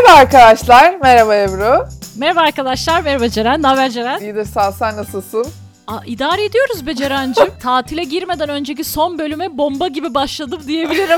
Merhaba arkadaşlar, merhaba Ebru. Merhaba arkadaşlar, merhaba Ceren. Ne haber Ceren? İyidir sağ ol, sen nasılsın? İdare ediyoruz be Ceren'cim. Tatile girmeden önceki son bölüme bomba gibi başladım diyebilirim.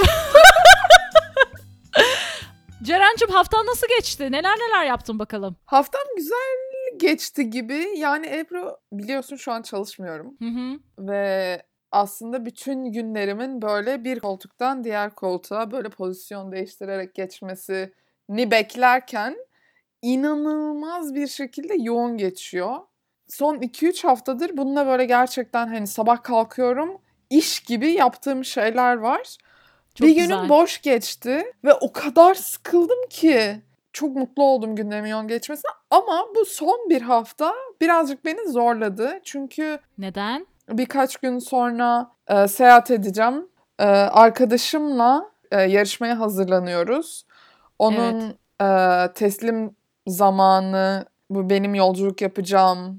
Ceren'cim haftan nasıl geçti? Neler yaptın bakalım? Haftam güzel geçti gibi. Yani Ebru biliyorsun şu an çalışmıyorum. Hı. Ve aslında bütün günlerimin böyle bir koltuktan diğer koltuğa böyle pozisyon değiştirerek geçmesini beklerken inanılmaz bir şekilde yoğun geçiyor. Son 2-3 haftadır bununla böyle gerçekten hani sabah kalkıyorum, iş gibi yaptığım şeyler var. Çok bir güzel. günüm boş geçti ve o kadar sıkıldım ki. Çok mutlu oldum günlerimin yoğun geçmesine ama bu son bir hafta birazcık beni zorladı. Çünkü Neden? birkaç gün sonra seyahat edeceğim. Arkadaşımla yarışmaya hazırlanıyoruz. Onun teslim zamanı, bu benim yolculuk yapacağım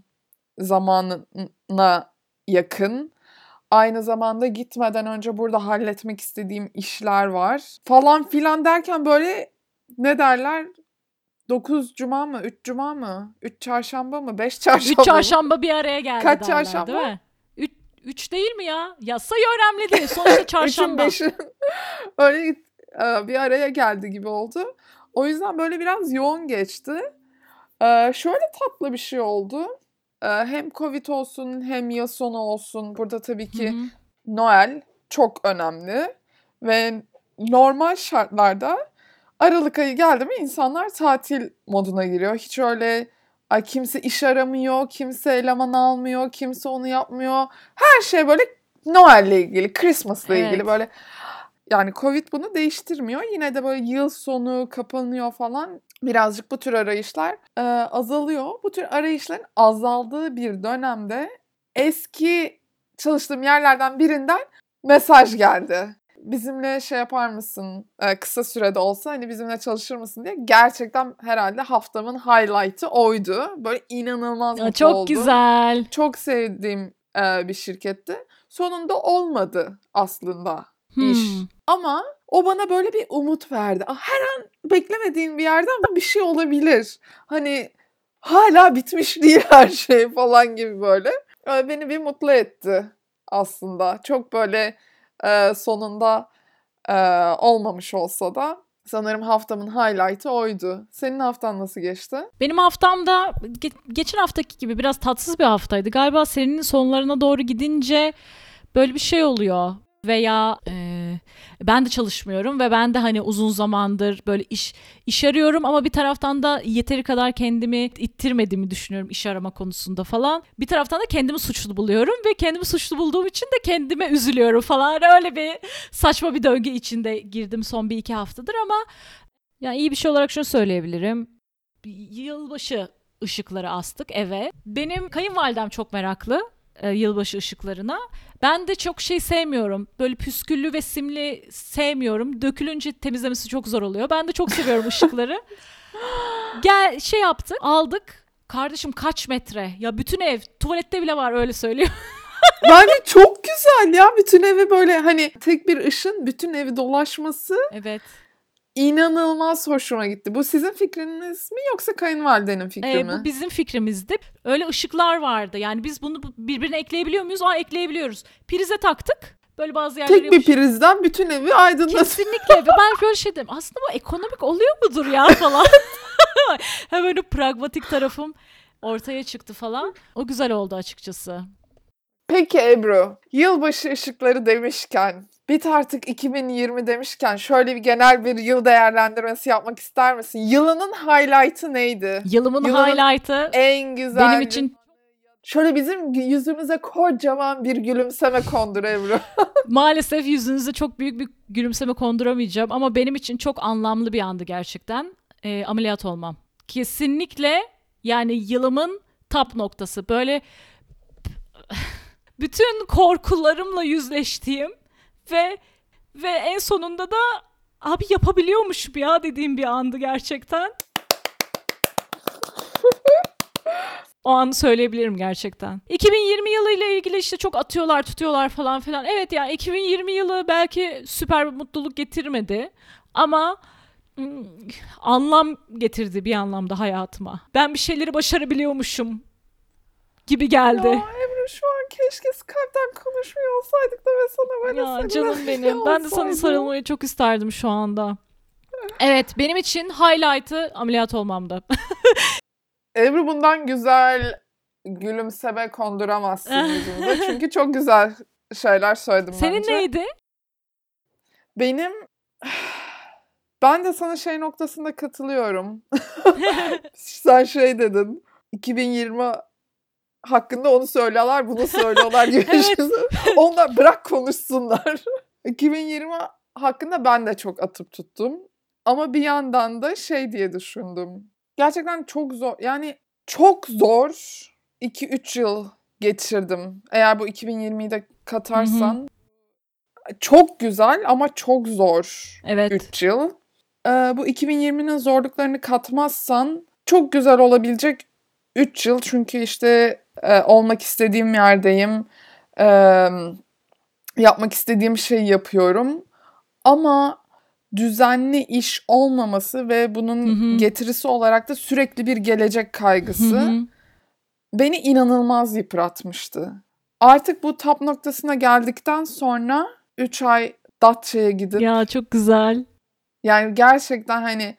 zamanına yakın. Aynı zamanda gitmeden önce burada halletmek istediğim işler var. Falan filan derken böyle ne derler? 9 cuma mı? 3 cuma mı? 3 çarşamba mı? 5 çarşamba 3 çarşamba bir araya geldi Kaç derler, çarşamba? değil mi? 3 değil mi ya? Ya sayı önemli değil. Sonuçta çarşamba. 3'ün 5'in öyle bir araya geldi gibi oldu. O yüzden böyle biraz yoğun geçti. Şöyle tatlı bir şey oldu. Hem Covid olsun hem yıl sonu olsun. Burada tabii ki Noel çok önemli. Ve normal şartlarda Aralık ayı geldi mi insanlar tatil moduna giriyor. Hiç öyle kimse iş aramıyor, kimse eleman almıyor, kimse onu yapmıyor. Her şey böyle Noel'le ilgili, Christmas'la ilgili böyle. Yani Covid bunu değiştirmiyor. Yine de böyle yıl sonu kapanıyor falan. Birazcık bu tür arayışlar azalıyor. Bu tür arayışların azaldığı bir dönemde eski çalıştığım yerlerden birinden mesaj geldi. Bizimle şey yapar mısın, kısa sürede olsa hani bizimle çalışır mısın diye. Gerçekten herhalde haftamın highlight'ı oydu. Böyle inanılmaz mutlu çok oldum. Güzel. Çok sevdiğim bir şirketti. Sonunda olmadı aslında iş. Ama o bana böyle bir umut verdi. Her an beklemediğin bir yerden bir şey olabilir. Hani hala bitmiş değil her şey falan gibi böyle. Beni bir mutlu etti aslında. Çok böyle sonunda olmamış olsa da sanırım haftamın highlight'ı oydu. Senin haftan nasıl geçti? Benim haftam da geçen haftaki gibi biraz tatsız bir haftaydı. Galiba serinin sonlarına doğru gidince böyle bir şey oluyor. Veya ben de çalışmıyorum ve ben de hani uzun zamandır böyle iş arıyorum ama bir taraftan da yeteri kadar kendimi ittirmediğimi düşünüyorum iş arama konusunda falan. Bir taraftan da kendimi suçlu buluyorum ve kendimi suçlu bulduğum için de kendime üzülüyorum falan. Öyle bir saçma bir döngü içinde girdim son 1-2 haftadır ama yani iyi bir şey olarak şunu söyleyebilirim. Yılbaşı ışıkları astık eve. Benim kayınvalidem çok meraklı yılbaşı ışıklarına. Ben de çok sevmiyorum. Böyle püsküllü ve simli sevmiyorum. Dökülünce temizlemesi çok zor oluyor. Ben de çok seviyorum ışıkları. Yaptık, aldık. Kardeşim kaç metre? Ya bütün ev, tuvalette bile var öyle söylüyor. Bence çok güzel ya. Bütün evi böyle hani tek bir ışın bütün evi dolaşması. Evet. İnanılmaz hoşuma gitti. Bu sizin fikriniz mi yoksa kayınvalidenin fikri mi? Bu bizim fikrimizdi. Öyle ışıklar vardı. Yani biz bunu birbirine ekleyebiliyor muyuz? Hem prize taktık. Böyle bazı yerlere tek bir prizden bütün evi aydınlatıyor. Kesinlikle. Ve ben böyle dedim. Aslında bu ekonomik oluyor mudur ya falan. Hem böyle pragmatik tarafım ortaya çıktı falan. O güzel oldu açıkçası. Peki Ebru, yılbaşı ışıkları demişken, bit artık 2020 demişken şöyle bir genel bir yıl değerlendirmesi yapmak ister misin? Yılının highlight'ı neydi? Yılımın highlight'ı en güzel. benim için şöyle bizim yüzümüze kocaman bir gülümseme kondur Ebru. Maalesef yüzünüze çok büyük bir gülümseme konduramayacağım ama benim için çok anlamlı bir andı gerçekten. Ameliyat olmam. Kesinlikle yani yılımın top noktası. Böyle bütün korkularımla yüzleştiğim ve en sonunda da abi yapabiliyormuşum ya dediğim bir andı gerçekten. O anı söyleyebilirim gerçekten. 2020 yılı ile ilgili işte çok atıyorlar, tutuyorlar falan filan. Evet ya 2020 yılı belki süper bir mutluluk getirmedi ama anlam getirdi bir anlamda hayatıma. Ben bir şeyleri başarabiliyormuşum gibi geldi. Ya Ebru, şu an keşke Skype'den konuşmuyor olsaydık da ve sana böyle Ya canım sarılabiliyor benim. Ben de sana olsaydım. sarılmayı çok isterdim şu anda. Evet, benim için highlight'ı ameliyat olmamdı. Ebru, bundan güzel gülümseme konduramazsın yüzümüze. Çünkü çok güzel şeyler söyledim Senin bence. neydi? Benim... Ben de sana şey noktasında katılıyorum. Sen şey dedin. 2020 hakkında onu söylüyorlar, bunu söylüyorlar gibi Evet. düşünüyorum. Onlar bırak konuşsunlar. 2020 hakkında ben de çok atıp tuttum. Ama bir yandan da şey diye düşündüm. Gerçekten çok zor. Yani çok zor 2-3 yıl geçirdim. Eğer bu 2020'yi de katarsan. Çok güzel ama çok zor Evet. 3 yıl. Bu 2020'nin zorluklarını katmazsan çok güzel olabilecek 3 yıl. Çünkü işte olmak istediğim yerdeyim. Yapmak istediğim şeyi yapıyorum. Ama düzenli iş olmaması ve bunun getirisi olarak da sürekli bir gelecek kaygısı beni inanılmaz yıpratmıştı. Artık bu tap noktasına geldikten sonra 3 ay Datça'ya gidip Ya çok güzel. yani gerçekten hani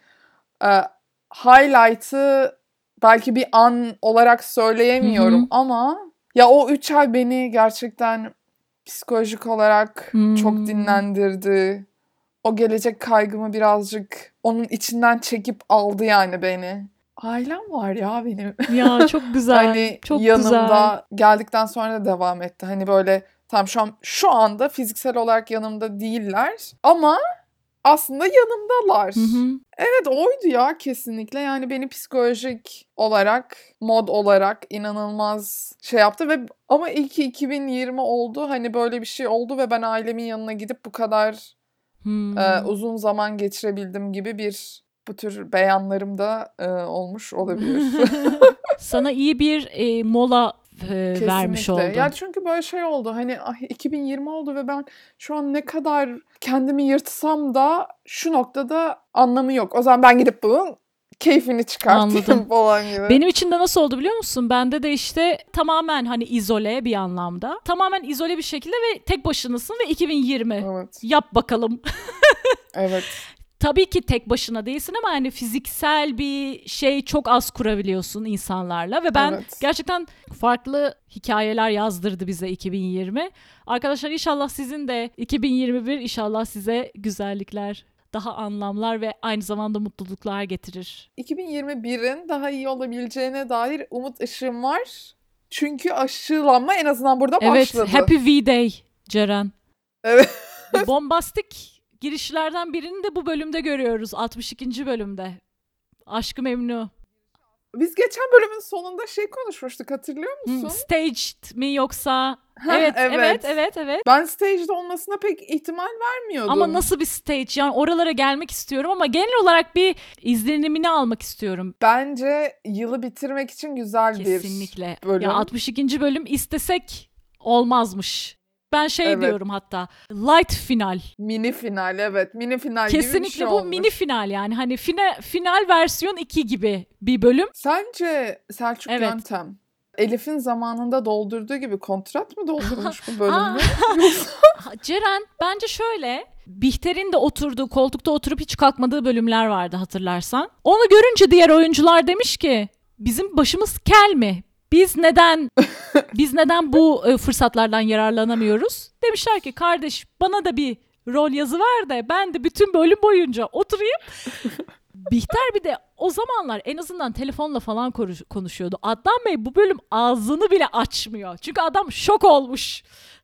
highlight'ı belki bir an olarak söyleyemiyorum ama ya o 3 ay beni gerçekten psikolojik olarak çok dinlendirdi. O gelecek kaygımı birazcık onun içinden çekip aldı yani beni. Ailem var ya benim. Ya çok güzel. Hani çok yanımda geldikten sonra da devam etti. Hani böyle tam şu anda fiziksel olarak yanımda değiller ama aslında yanımdalar. Evet, oydu ya kesinlikle. Yani beni psikolojik olarak, mod olarak inanılmaz şey yaptı ve ama iyi ki 2020 oldu. Hani böyle bir şey oldu ve ben ailemin yanına gidip bu kadar uzun zaman geçirebildim gibi bu tür beyanlarım da olmuş olabilir. Sana iyi bir mola vermiş oldu. Ya çünkü böyle şey oldu. Hani 2020 oldu ve ben şu an ne kadar kendimi yırtsam da şu noktada anlamı yok. O zaman ben gidip bunun keyfini çıkartayım falan gibi. Benim için de nasıl oldu biliyor musun? Bende de işte tamamen hani izole bir anlamda. Tamamen izole bir şekilde ve tek başınasın ve 2020. Evet. Yap bakalım. Evet. Tabii ki tek başına değilsin ama hani fiziksel bir şey çok az kurabiliyorsun insanlarla ve ben gerçekten farklı hikayeler yazdırdı bize 2020. Arkadaşlar inşallah sizin de 2021 inşallah size güzellikler, daha anlamlar ve aynı zamanda mutluluklar getirir. 2021'in daha iyi olabileceğine dair umut ışığım var. Çünkü aşılanma en azından burada başladı. Evet, Happy V-Day Ceren. Evet. Bombastik girişlerden birini de bu bölümde görüyoruz. 62. bölümde. Aşk-ı Memnu. Biz geçen bölümün sonunda şey konuşmuştuk, hatırlıyor musun? Staged mi yoksa... Evet. Ben staged olmasına pek ihtimal vermiyordum. Ama nasıl bir stage? Yani oralara gelmek istiyorum ama genel olarak bir izlenimini almak istiyorum. Bence yılı bitirmek için güzel Kesinlikle. Bir bölüm. Ya 62. bölüm istesek olmazmış. Ben diyorum hatta. Light final. Mini final, evet. Mini final gibi bir şey olmuş. Kesinlikle bu mini final yani. Hani final versiyon 2 gibi bir bölüm. Sence Selçuk Yöntem Elif'in zamanında doldurduğu gibi kontrat mı doldurmuş bu bölümde? Ceren bence şöyle, Bihter'in de oturduğu koltukta oturup hiç kalkmadığı bölümler vardı hatırlarsan. Onu görünce diğer oyuncular demiş ki bizim başımız kel mi? Biz neden bu fırsatlardan yararlanamıyoruz? Demişler ki kardeş bana da bir rol yazı ver de ben de bütün bölüm boyunca oturayım. Bihter bir de o zamanlar en azından telefonla falan konuşuyordu. Adnan Bey bu bölüm ağzını bile açmıyor. Çünkü adam şok olmuş.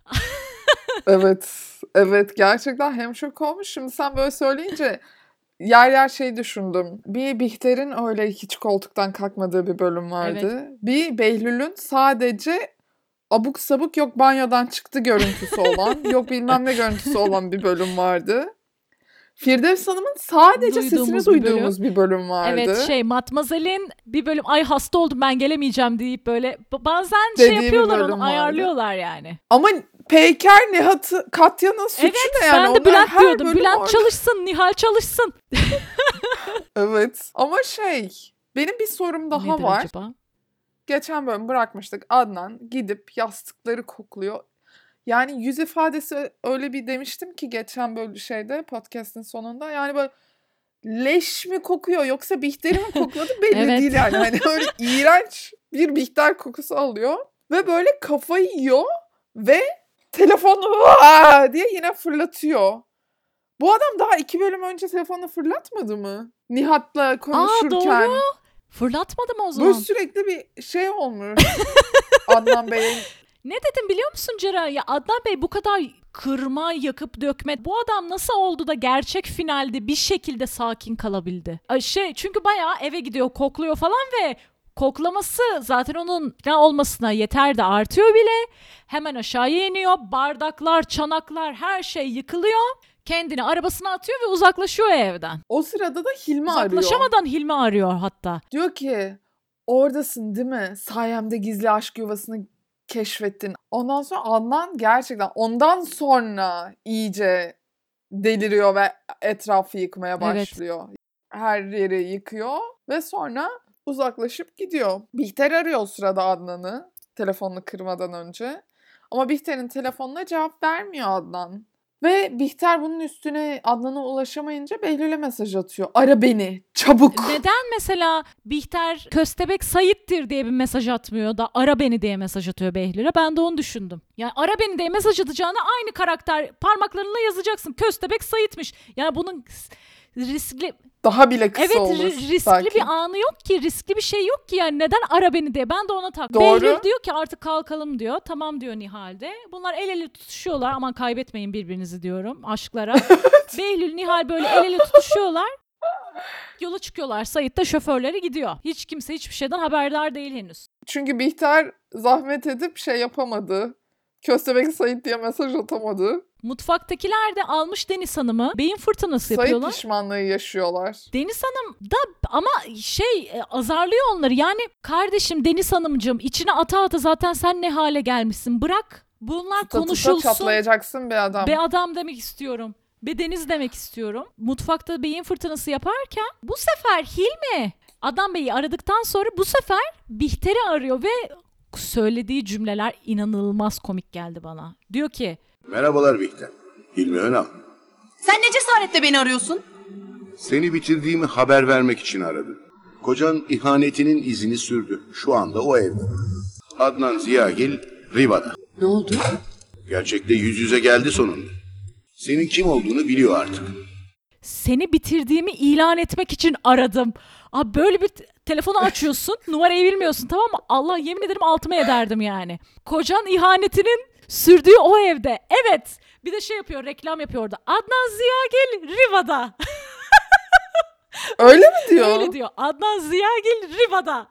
Evet gerçekten hem şok olmuş. Şimdi sen böyle söyleyince yer yer şey düşündüm. Bir Bihter'in öyle hiç koltuktan kalkmadığı bir bölüm vardı. Evet. Bir Behlül'ün sadece abuk sabuk yok banyodan çıktı görüntüsü olan, yok bilmem ne görüntüsü olan bir bölüm vardı. Firdevs Hanım'ın sadece Duyduğumuz sesini bir bölüm. duyduğumuz bir bölüm vardı. Evet Matmazel'in bir bölüm ay hasta oldum ben gelemeyeceğim deyip böyle bazen Dediği bir yapıyorlar bölüm onu vardı. ayarlıyorlar yani. Ama Peyker, Nihat'ı, Katya'nın suçu Evet ne yani? ben de Onlar Bülent her diyordum. bölüm Bülent orada. çalışsın, Nihal çalışsın. Evet. Ama benim bir sorum daha Nedir var. acaba? Geçen bölüm bırakmıştık. Adnan gidip yastıkları kokluyor. Yani yüz ifadesi öyle bir demiştim ki geçen podcast'in sonunda. Yani böyle leş mi kokuyor yoksa Bihter'i mi kokladı belli Evet. değil yani. Hani öyle iğrenç bir Bihter kokusu alıyor. Ve böyle kafayı yiyor ve telefonu "Vaa!" diye yine fırlatıyor. Bu adam daha 2 bölüm önce telefonu fırlatmadı mı? Nihat'la konuşurken. Doğru. Fırlatmadı mı o Böyle zaman? sürekli bir olmuş. Adnan Bey'in. Ne dedim biliyor musun Ceren? Ya Adnan Bey bu kadar kırma, yakıp dökme. Bu adam nasıl oldu da gerçek finalde bir şekilde sakin kalabildi? Çünkü bayağı eve gidiyor, kokluyor falan ve koklaması zaten onun ne olmasına yeter de artıyor bile. Hemen aşağıya iniyor. Bardaklar, çanaklar her şey yıkılıyor. Kendini arabasına atıyor ve uzaklaşıyor evden. O sırada da Hilmi arıyor. Uzaklaşamadan Hilmi arıyor hatta. Diyor ki oradasın değil mi? Sayemde gizli aşk yuvasını keşfettin. Ondan sonra Adnan gerçekten ondan sonra iyice deliriyor ve etrafı yıkmaya başlıyor. Her yeri yıkıyor ve sonra uzaklaşıp gidiyor. Bihter arıyor o sırada Adnan'ı telefonunu kırmadan önce. Ama Bihter'in telefonuna cevap vermiyor Adnan. Ve Bihter bunun üstüne Adnan'a ulaşamayınca Behlül'e mesaj atıyor. Ara beni çabuk. Neden mesela Bihter Köstebek Sait'tir diye bir mesaj atmıyor da ara beni diye mesaj atıyor Behlül'e? Ben de onu düşündüm. Yani ara beni diye mesaj atacağına aynı karakter parmaklarınla yazacaksın. Köstebek Sait'miş. Yani bunun riskli... Daha bile kısa olur. Riskli belki. bir anı yok ki. Riskli bir şey yok ki yani. Neden ara beni diye. Ben de ona tak. Doğru. Behlül diyor ki artık kalkalım diyor. Tamam diyor Nihal'de. Bunlar el ele tutuşuyorlar. Aman kaybetmeyin birbirinizi diyorum. Aşklara. Behlül, Nihal böyle el ele tutuşuyorlar. Yola çıkıyorlar. Sait de şoförleri gidiyor. Hiç kimse hiçbir şeyden haberdar değil henüz. Çünkü Bihter zahmet edip yapamadı. Köstebek Sait diye mesaj atamadı. Mutfaktakiler de almış Deniz Hanım'ı. Beyin fırtınası Sait yapıyorlar. pişmanlığı yaşıyorlar. Deniz Hanım da ama azarlıyor onları. Yani kardeşim Deniz Hanımcığım içine ata ata zaten sen ne hale gelmişsin. Bırak bunlar Tuta konuşulsun. çatlayacaksın be adam. Be adam demek istiyorum. Be Deniz demek istiyorum. Mutfakta beyin fırtınası yaparken bu sefer Hilmi Adnan Bey'i aradıktan sonra bu sefer Bihter'i arıyor ve söylediği cümleler inanılmaz komik geldi bana. Diyor ki Merhabalar Bihter. Hilmi Önal. Sen ne cesaretle beni arıyorsun? Seni bitirdiğimi haber vermek için aradım. Kocan ihanetinin izini sürdü. Şu anda o evde. Adnan Ziyagil Riva'da. Ne oldu? Gerçekte yüz yüze geldi sonunda. Senin kim olduğunu biliyor artık. seni bitirdiğimi ilan etmek için aradım. Abi böyle bir telefonu açıyorsun numarayı bilmiyorsun tamam mı? Allah yemin ederim altıma ederdim yani. Kocan ihanetinin sürdüğü o evde. Evet. Bir de yapıyor reklam yapıyor orada. Adnan Ziyagil Riva'da. Öyle mi diyor? Öyle diyor. Adnan Ziyagil Riva'da.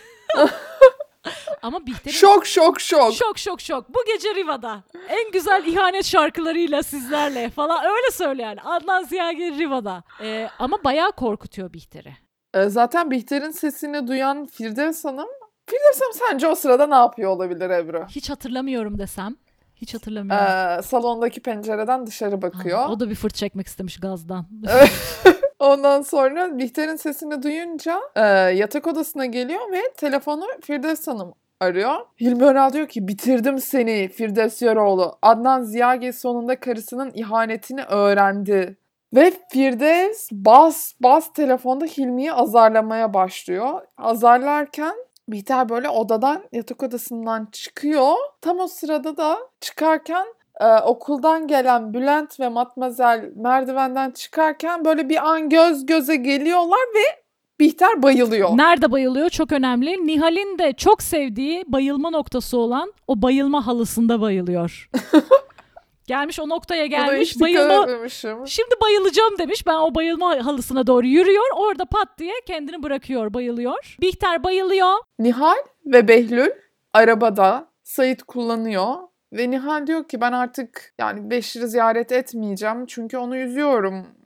Ama Bihter'in Şok. şok. Bu gece Riva'da. En güzel ihanet şarkılarıyla sizlerle falan öyle söyle yani. Adnan Ziyagil Riva'da. Ama bayağı korkutuyor Bihter'i. Zaten Bihter'in sesini duyan Firdevs Hanım sence o sırada ne yapıyor olabilir Ebru? Hiç hatırlamıyorum desem. Hiç hatırlamıyorum. Salondaki pencereden dışarı bakıyor. O da bir fırt çekmek istemiş gazdan. Ondan sonra Bihter'in sesini duyunca yatak odasına geliyor ve telefonu Firdevs Hanım arıyor. Hilmi Önal diyor ki bitirdim seni Firdevs Yaroğlu. Adnan Ziyagil sonunda karısının ihanetini öğrendi. Ve Firdevs bas telefonda Hilmi'yi azarlamaya başlıyor. Azarlarken Bihter böyle yatak odasından çıkıyor. Tam o sırada da çıkarken okuldan gelen Bülent ve Matmazel merdivenden çıkarken böyle bir an göz göze geliyorlar ve Bihter bayılıyor. Nerede bayılıyor? Çok önemli. Nihal'in de çok sevdiği bayılma noktası olan o bayılma halısında bayılıyor. Gelmiş o noktaya Buna gelmiş. hiç dikkat etmemişim. Şimdi bayılacağım demiş. Ben o bayılma halısına doğru yürüyor. Orada pat diye kendini bırakıyor, bayılıyor. Bihter bayılıyor. Nihal ve Behlül arabada Sait kullanıyor. Ve Nihal diyor ki ben artık Beşir'i ziyaret etmeyeceğim çünkü onu üzüyorum.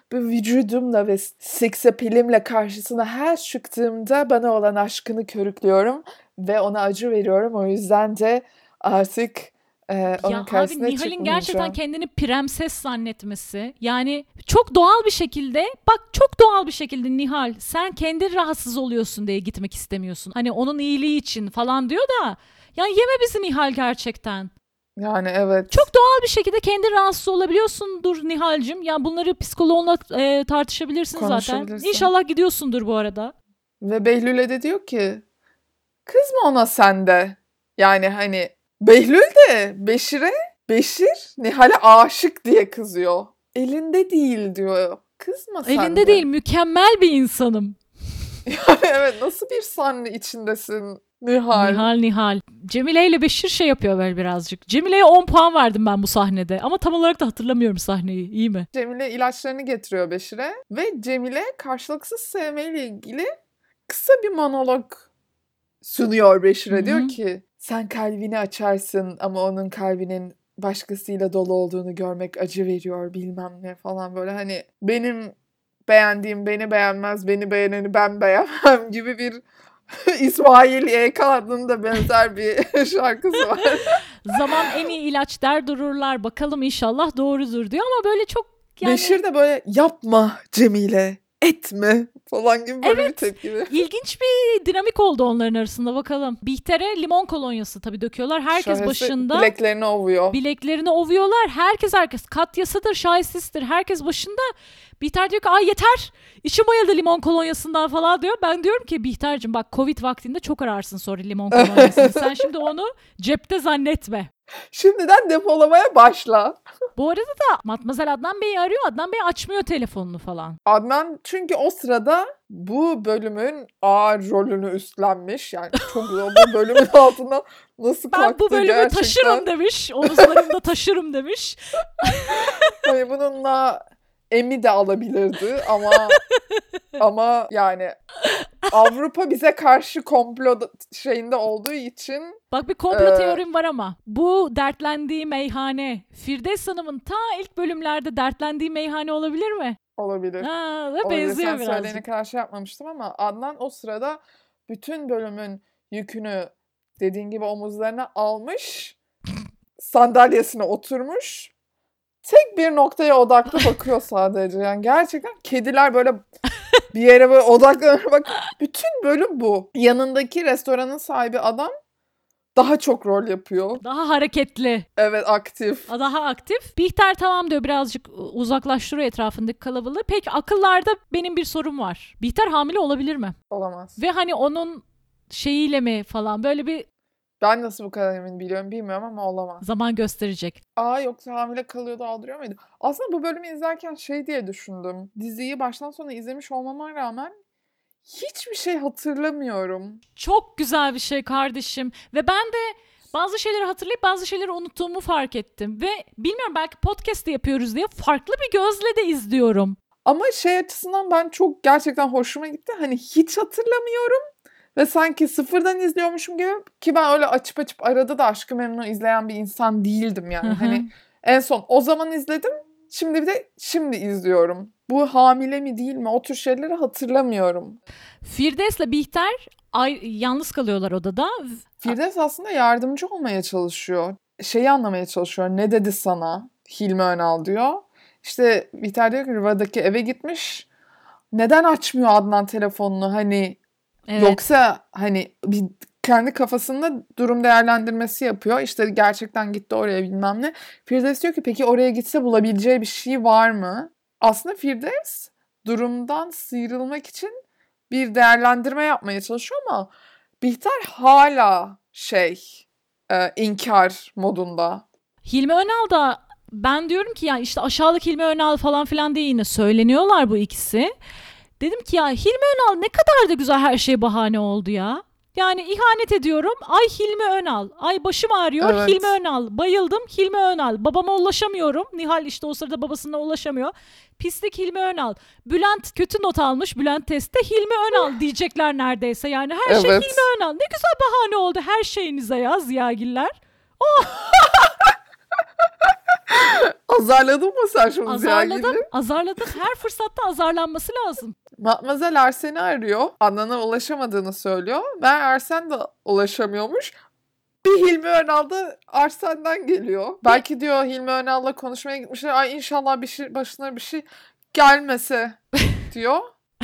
bu vücudumla ve seks appealimle karşısına her çıktığımda bana olan aşkını körüklüyorum ve ona acı veriyorum. O yüzden de artık onun Ya abi karşısına Nihal'in gerçekten çıkmayacağım. kendini prenses zannetmesi. Yani çok doğal bir şekilde çok doğal bir şekilde Nihal sen kendin rahatsız oluyorsun diye gitmek istemiyorsun. Hani onun iyiliği için falan diyor da yani yeme bizi Nihal gerçekten. Yani evet. Çok doğal bir şekilde kendin rahatsız olabiliyorsundur Nihal'cim. Ya bunları psikoloğunla tartışabilirsin zaten. Konuşabilirsin. İnşallah gidiyorsundur bu arada. Ve Behlül'e de diyor ki kızma ona sen de. Yani hani Behlül de Beşir Nihal'e aşık diye kızıyor. Elinde değil diyor. Kızma sen Elinde de. değil, mükemmel bir insanım. Evet, nasıl bir sahne içindesin Nihal? Nihal. Cemile ile Beşir şey yapıyor böyle birazcık. Cemile'ye 10 puan verdim ben bu sahnede. Ama tam olarak da hatırlamıyorum sahneyi. İyi mi? Cemile ilaçlarını getiriyor Beşir'e ve Cemile karşılıksız sevmeyle ilgili kısa bir monolog sunuyor Beşir'e. Hı hı. Diyor ki sen kalbini açarsın ama onun kalbinin başkasıyla dolu olduğunu görmek acı veriyor bilmem ne falan, böyle hani benim beğendiğim beni beğenmez, beni beğeneni ben beğenmem gibi bir İsmail YK adının da benzer bir şarkısı var. Zaman en iyi ilaç der dururlar. Bakalım inşallah doğrudur diyor ama böyle çok yani Beşir de böyle yapma Cemile, etme falan gibi böyle bir tepki veriyor. ilginç bir dinamik oldu onların arasında bakalım. Bihter'e limon kolonyası tabii döküyorlar. Herkes Şahesi başında. bileklerini ovuyor. Bileklerini ovuyorlar. Herkes. Katyasıdır, şahesizdir. Herkes başında. Bihter diyor ki ay yeter. İçim bayıldı limon kolonyasından falan diyor. Ben diyorum ki Bihter'cim bak Covid vaktinde çok ararsın sonra limon kolonyasını. Sen şimdi onu cepte zannetme. Şimdiden depolamaya başla. Bu arada da Matmazel Adnan Bey'i arıyor. Adnan Bey açmıyor telefonunu falan. Adnan çünkü o sırada bu bölümün ağır rolünü üstlenmiş. Yani çok zor, bu bölümün altından nasıl Ben kalktı bu bölümü gerçekten. taşırım demiş. Omuzlarımda taşırım demiş. Hani bununla Emmy de alabilirdi ama yani Avrupa bize karşı komplo şeyinde olduğu için Bak bir komplo teorim var ama bu dertlendiği meyhane Firdevs Hanım'ın ta ilk bölümlerde dertlendiği meyhane olabilir mi? olabilir. Ha, da Olabilir. benziyor Sen söyleyene birazcık. kadar şey yapmamıştım ama Adnan o sırada bütün bölümün yükünü dediğin gibi omuzlarına almış, sandalyesine oturmuş, tek bir noktaya odaklı bakıyor sadece. Yani gerçekten kediler böyle bir yere böyle odaklanıyor. Bak bütün bölüm bu. Yanındaki restoranın sahibi adam daha çok rol yapıyor. Daha hareketli, Evet, aktif. daha aktif. Bihter tamam diyor birazcık uzaklaştırıyor etrafındaki kalabalığı. Peki akıllarda benim bir sorum var. Bihter hamile olabilir mi? Olamaz. Ve hani onun şeyiyle mi falan böyle bir Ben nasıl bu kadar emin biliyorum bilmiyorum ama olamaz. zaman gösterecek. Yoksa hamile kalıyordu, aldırıyor muydu? Aslında bu bölümü izlerken şey diye düşündüm. Diziyi baştan sona izlemiş olmama rağmen hiçbir şey hatırlamıyorum. Çok güzel bir şey kardeşim. Ve ben de bazı şeyleri hatırlayıp bazı şeyleri unuttuğumu fark ettim. Ve bilmiyorum belki podcast de yapıyoruz diye farklı bir gözle de izliyorum. Ama şey açısından ben çok gerçekten hoşuma gitti. Hani hiç hatırlamıyorum. Ve sanki sıfırdan izliyormuşum gibi, ki ben öyle açıp arada da Aşk-ı Memnu izleyen bir insan değildim yani. Hı hı. Hani en son o zaman izledim. Şimdi bir de şimdi izliyorum. Bu hamile mi değil mi? O tür şeyleri hatırlamıyorum. Firdevs'le Bihter yalnız kalıyorlar odada. Firdevs aslında yardımcı olmaya çalışıyor. Şeyi anlamaya çalışıyor. Ne dedi sana Hilmi Önal diyor. İşte Bihter diyor ki Riva'daki eve gitmiş. Neden açmıyor Adnan telefonunu? Hani Evet. yoksa hani bir kendi kafasında durum değerlendirmesi yapıyor. İşte gerçekten gitti oraya bilmem ne. Firdevs diyor ki peki oraya gitse bulabileceği bir şey var mı? Aslında Firdevs durumdan sıyrılmak için bir değerlendirme yapmaya çalışıyor ama Bihter hala inkar modunda. Hilmi Önal da ben diyorum ki ya işte aşağılık Hilmi Önal falan filan diye yine söyleniyorlar bu ikisi. Dedim ki ya Hilmi Önal ne kadar da güzel her şey bahane oldu ya. Yani ihanet ediyorum. Ay Hilmi Önal. Ay başım ağrıyor. Evet. Hilmi Önal. Bayıldım. Hilmi Önal. Babama ulaşamıyorum. Nihal işte o sırada babasına ulaşamıyor. Pislik Hilmi Önal. Bülent kötü not almış. Bülent testte Hilmi Önal diyecekler neredeyse. Yani her şey Evet. Hilmi Önal. Ne güzel bahane oldu her şeyinize ya Ziyagiller. Azarladın mı sen şimdi Azarladım. Ziyagil'i? Azarladım. Her fırsatta azarlanması lazım. Matmazel Arsen'i arıyor. Adnan'a ulaşamadığını söylüyor. Ben Arsen de ulaşamıyormuş. Bir Hilmi Önal da Arsen'den geliyor. Belki diyor Hilmi Önal'la konuşmaya gitmişler. Ay inşallah bir şey, başına bir şey gelmese diyor.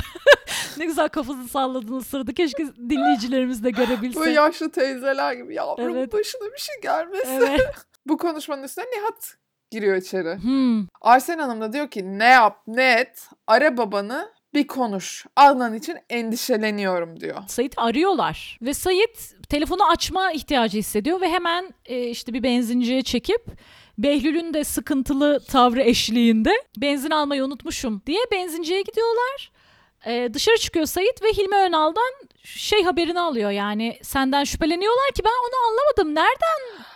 Ne güzel kafasını salladığını sırada. Keşke dinleyicilerimiz de görebilse. Böyle yaşlı teyzeler gibi yavrum Evet. başına bir şey gelmese. Evet. Bu konuşmanın üstüne Nihat giriyor içeri. Hmm. Arsen Hanım da diyor ki ne yap ne et ara babanı bir konuş. Adnan için endişeleniyorum diyor. Sait arıyorlar ve Sait telefonu açma ihtiyacı hissediyor ve hemen işte bir benzinciye çekip Behlül'ün de sıkıntılı tavrı eşliğinde benzin almayı unutmuşum diye benzinciye gidiyorlar. Dışarı çıkıyor Sait ve Hilmi Önal'dan haberini alıyor, yani senden şüpheleniyorlar ki ben onu anlamadım. Nereden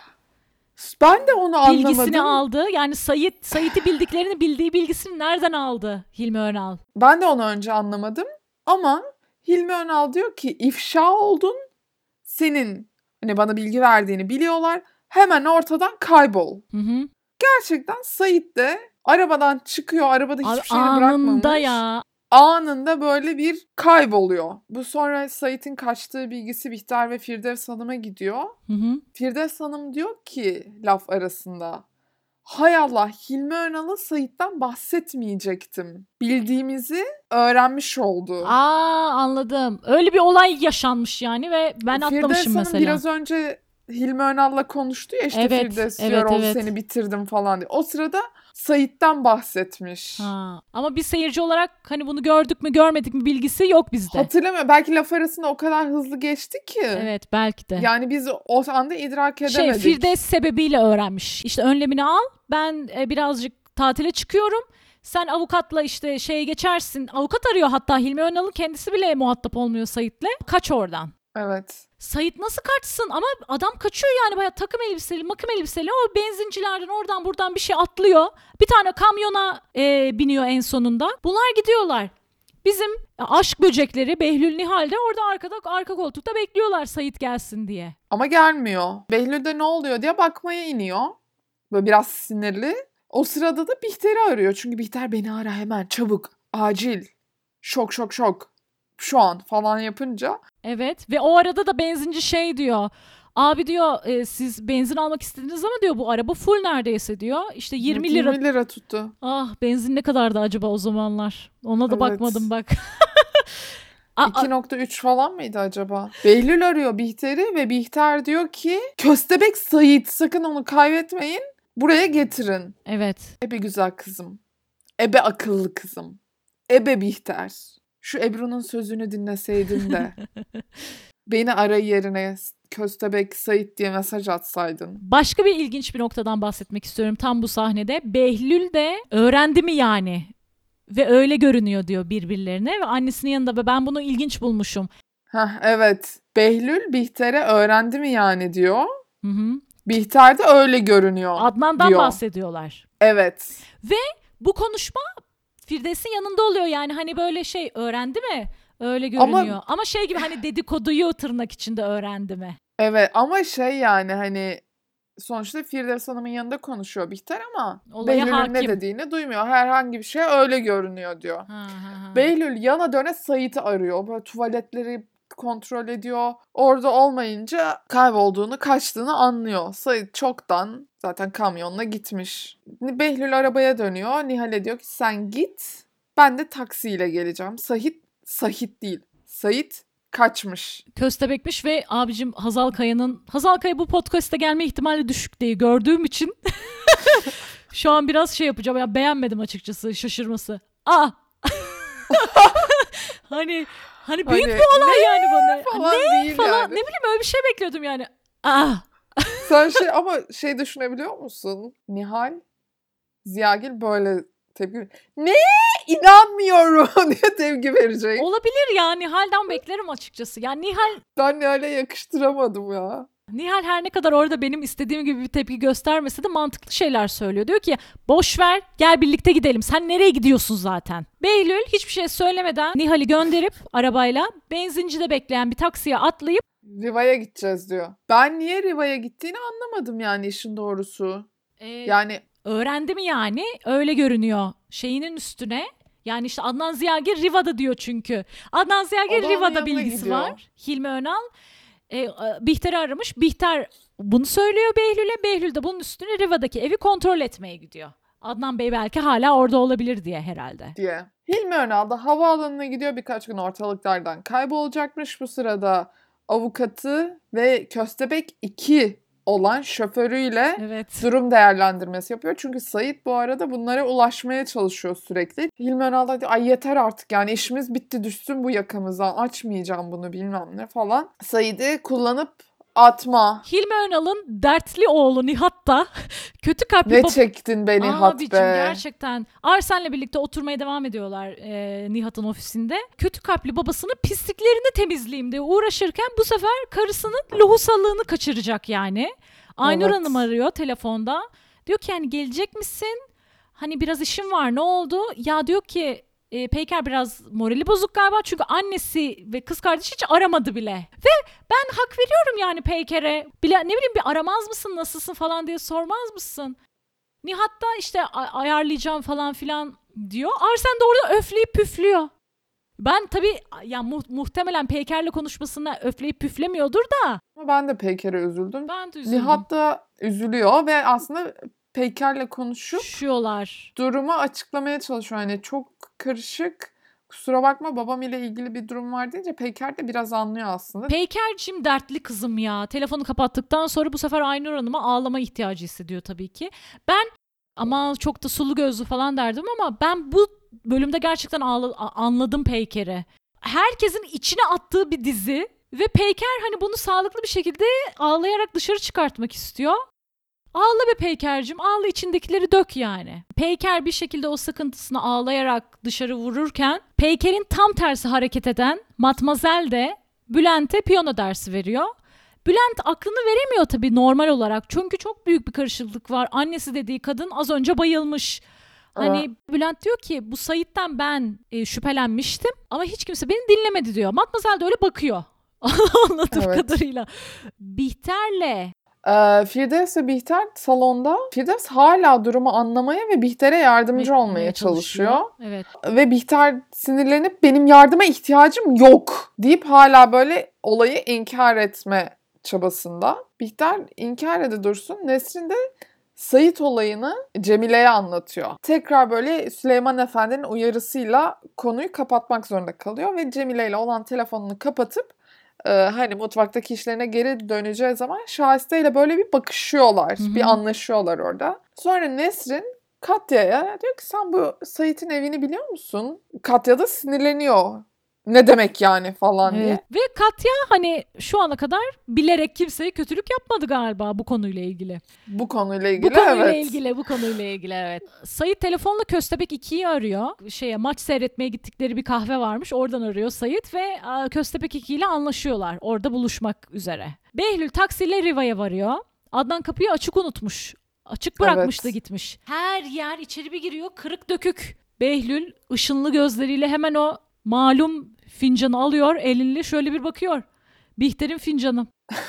Ben de onu anlamadım. bilgisini aldı? Yani Sait'i bildiği bilgisini nereden aldı Hilmi Önal? Ben de onu önce anlamadım. Ama Hilmi Önal diyor ki ifşa oldun. Senin hani bana bilgi verdiğini biliyorlar. Hemen ortadan kaybol. Hı hı. Gerçekten Sait de arabadan çıkıyor. Arabada hiçbir şeyini bırakmamış. Anında ya. Anında böyle bir kayboluyor. Bu sonra Sait'in kaçtığı bilgisi Bihter ve Firdevs Hanım'a gidiyor. Hı hı. Firdevs Hanım diyor ki laf arasında hay Allah Hilmi Önal'a Sait'ten bahsetmeyecektim. Bildiğimizi öğrenmiş oldu. Anladım. Öyle bir olay yaşanmış yani ve ben Firdevs atlamışım Hanım mesela. biraz önce Hilmi Önal'la konuştu ya işte Evet, Firdevs evet, diyor evet. seni bitirdim falan diye. O sırada Sait'ten bahsetmiş. Ha. Ama bir seyirci olarak hani bunu gördük mü görmedik mi bilgisi yok bizde. Hatırlamıyorum. Belki laf arasında o kadar hızlı geçti ki. Evet, belki de. Yani biz o anda idrak edemedik. Firdevs sebebiyle öğrenmiş. İşte önlemini al. Ben birazcık tatile çıkıyorum. Sen avukatla işte geçersin. Avukat arıyor hatta, Hilmi Önal'ın kendisi bile muhatap olmuyor Sait'le. Kaç oradan. Evet. Sait nasıl kaçsın? Ama adam kaçıyor yani, bayağı takım elbiseli o benzincilerden oradan buradan bir şey atlıyor. Bir tane kamyona biniyor en sonunda. Bunlar gidiyorlar. Bizim aşk böcekleri Behlül Nihal de orada arka koltukta bekliyorlar Sait gelsin diye. Ama gelmiyor. Behlül'de ne oluyor diye bakmaya iniyor. Böyle biraz sinirli. O sırada da Bihter'i arıyor. Çünkü Bihter beni ara hemen çabuk. Acil. Şok. Şu an falan yapınca. Evet ve o arada da benzinci diyor. Abi diyor siz benzin almak istediniz ama diyor bu araba full neredeyse diyor. İşte 20 lira. 20 lira tuttu. Ah, benzin ne kadardı acaba o zamanlar? Ona da Evet. bakmadım bak. 2.3 falan mıydı acaba? Behlül arıyor Bihter'i ve Bihter diyor ki Köstebek Sait sakın onu kaybetmeyin. Buraya getirin. Evet. Ebe güzel kızım. Ebe akıllı kızım. Ebe Bihter. Şu Ebru'nun sözünü dinleseydin de beni arayı yerine Köstebek Sait diye mesaj atsaydın. Başka bir ilginç bir noktadan bahsetmek istiyorum tam bu sahnede. Behlül de öğrendi mi yani? Ve öyle görünüyor diyor birbirlerine ve annesinin yanında ve ben bunu ilginç bulmuşum. Evet. Behlül Bihter'e öğrendi mi yani diyor. Hı hı. Bihter de öyle görünüyor Adnan'dan diyor. bahsediyorlar. Evet. Bu konuşma Firdevs'in yanında oluyor yani, hani böyle öğrendi mi? Öyle görünüyor. Ama gibi hani dedikoduyu tırnak içinde öğrendi mi? Evet ama yani hani sonuçta Firdevs Hanım'ın yanında konuşuyor Bihter ama Olaya Behlül'ün ne hakim. dediğini duymuyor. Herhangi bir şey öyle görünüyor diyor. Ha. Behlül yana döne Sait'i arıyor. Böyle tuvaletleri kontrol ediyor. Orada olmayınca kaybolduğunu, kaçtığını anlıyor. Sait çoktan zaten kamyonla gitmiş. Behlül arabaya dönüyor. Nihal'e diyor ki sen git. Ben de taksiyle geleceğim. Sait değil. Sait kaçmış. Köstebekmiş ve abicim Hazal Kaya bu podcast'te gelme ihtimali düşük diye gördüğüm için şu an biraz yapacağım. Ya beğenmedim açıkçası, şaşırması. Hani büyük bir olay yani bana. Falan değil Falan yani. ne bileyim, öyle bir şey bekliyordum yani. Sen ama düşünebiliyor musun? Nihal, Ziyagil böyle tepki ne? İnanmıyorum diye tepki verecek. Olabilir ya, Nihal'den beklerim açıkçası. Yani Ben Nihal'e yakıştıramadım ya. Nihal her ne kadar orada benim istediğim gibi bir tepki göstermese de mantıklı şeyler söylüyor. Diyor ki boş ver, gel birlikte gidelim. Sen nereye gidiyorsun zaten? Behlül hiçbir şey söylemeden Nihal'i gönderip arabayla benzincide bekleyen bir taksiye atlayıp Riva'ya gideceğiz diyor. Ben niye Riva'ya gittiğini anlamadım yani işin doğrusu. Yani Öğrendi mi yani? Öyle görünüyor. Şeyinin üstüne. Yani işte Adnan Ziyagil Riva'da diyor çünkü. Adnan O Ziyagil da onun Riva'da yanına bilgisi gidiyor. var. Hilmi Önal Bihter'i aramış. Bihter bunu söylüyor Behlül'e. Behlül de bunun üstüne Riva'daki evi kontrol etmeye gidiyor. Adnan Bey belki hala orada olabilir diye herhalde. diye. Hilmi Önal da havaalanına gidiyor, birkaç gün ortalıklardan kaybolacakmış. Bu sırada avukatı ve Köstebek 2 olan şoförüyle Evet. durum değerlendirmesi yapıyor. Çünkü Sait bu arada bunlara ulaşmaya çalışıyor sürekli. Hilmi Önal da diyor ay yeter artık yani işimiz bitti, düşsün bu yakamızdan, açmayacağım bunu bilmem ne falan. Sait'i kullanıp atma. Hilmi Önal'ın dertli oğlu Nihat da kötü kalpli Ne çektin be Nihat Abicim be. gerçekten Arsen'le birlikte oturmaya devam ediyorlar Nihat'ın ofisinde. Kötü kalpli babasının pisliklerini temizleyeyim diye uğraşırken bu sefer karısının lohusalığını kaçıracak yani. Aynur Evet. Hanım arıyor telefonda. Diyor ki yani gelecek misin? Hani biraz işim var, ne oldu? Ya diyor ki Peyker biraz morali bozuk galiba çünkü annesi ve kız kardeşi hiç aramadı bile. Ve ben hak veriyorum yani Peyker'e. Ne bileyim bir aramaz mısın, nasılsın falan diye sormaz mısın? Nihat da işte ayarlayacağım falan filan diyor. Arsen de orada öfleyip püflüyor. Ben tabii ya muhtemelen Peyker'le konuşmasında öfleyip püflemiyordur da. Ama ben de Peyker'e üzüldüm. Ben de üzüldüm. Nihat da üzülüyor ve aslında Peyker'le konuşup Düşüyorlar. durumu açıklamaya çalışıyor. Hani çok karışık. Kusura bakma babam ile ilgili bir durum var deyince Peyker de biraz anlıyor aslında. Peyker'cim dertli kızım ya. Telefonu kapattıktan sonra bu sefer Aynur Hanım'a ağlama ihtiyacı hissediyor tabii ki. Ben ama çok da sulu gözlü falan derdim ama ben bu bölümde gerçekten anladım Peyker'i. Herkesin içine attığı bir dizi ve Peyker hani bunu sağlıklı bir şekilde ağlayarak dışarı çıkartmak istiyor. Ağla be Peyker'cim, ağla, içindekileri dök yani. Peyker bir şekilde o sıkıntısını ağlayarak dışarı vururken Peyker'in tam tersi hareket eden Matmazel de Bülent'e piyano dersi veriyor. Bülent aklını veremiyor tabii normal olarak çünkü çok büyük bir karışıklık var. Annesi dediği kadın az önce bayılmış. Hani Bülent diyor ki bu Sait'ten ben şüphelenmiştim ama hiç kimse beni dinlemedi diyor. Matmazel de öyle bakıyor anladığım Evet. kadarıyla. Bihter'le Firdevs ve Bihter salonda. Firdevs hala durumu anlamaya ve Bihter'e yardımcı olmaya çalışıyor. Evet. Ve Bihter sinirlenip benim yardıma ihtiyacım yok deyip hala böyle olayı inkar etme çabasında. Bihter inkar ede dursun. Nesrin de Sait olayını Cemile'ye anlatıyor. Tekrar böyle Süleyman Efendi'nin uyarısıyla konuyu kapatmak zorunda kalıyor ve Cemile ile olan telefonunu kapatıp hani mutfaktaki işlerine geri döneceği zaman Şahiste ile böyle bir bakışıyorlar. Hı hı. Bir anlaşıyorlar orada. Sonra Nesrin Katya'ya diyor ki sen bu Sait'in evini biliyor musun? Katya da sinirleniyor. Ne demek yani falan diye. Evet. Ve Katya hani şu ana kadar bilerek kimseye kötülük yapmadı galiba bu konuyla ilgili. Bu konuyla ilgili Bu konuyla evet. ilgili evet. Sait telefonla Köstebek 2'yi arıyor. Maç seyretmeye gittikleri bir kahve varmış. Oradan arıyor Sait ve Köstebek 2 ile anlaşıyorlar. Orada buluşmak üzere. Behlül taksiyle Riva'ya varıyor. Adnan kapıyı açık unutmuş. Açık bırakmış da Evet. gitmiş. Her yer içeri bir giriyor kırık dökük. Behlül ışınlı gözleriyle hemen o malum fincanı alıyor elinle şöyle bir bakıyor. Bihter'in fincanı.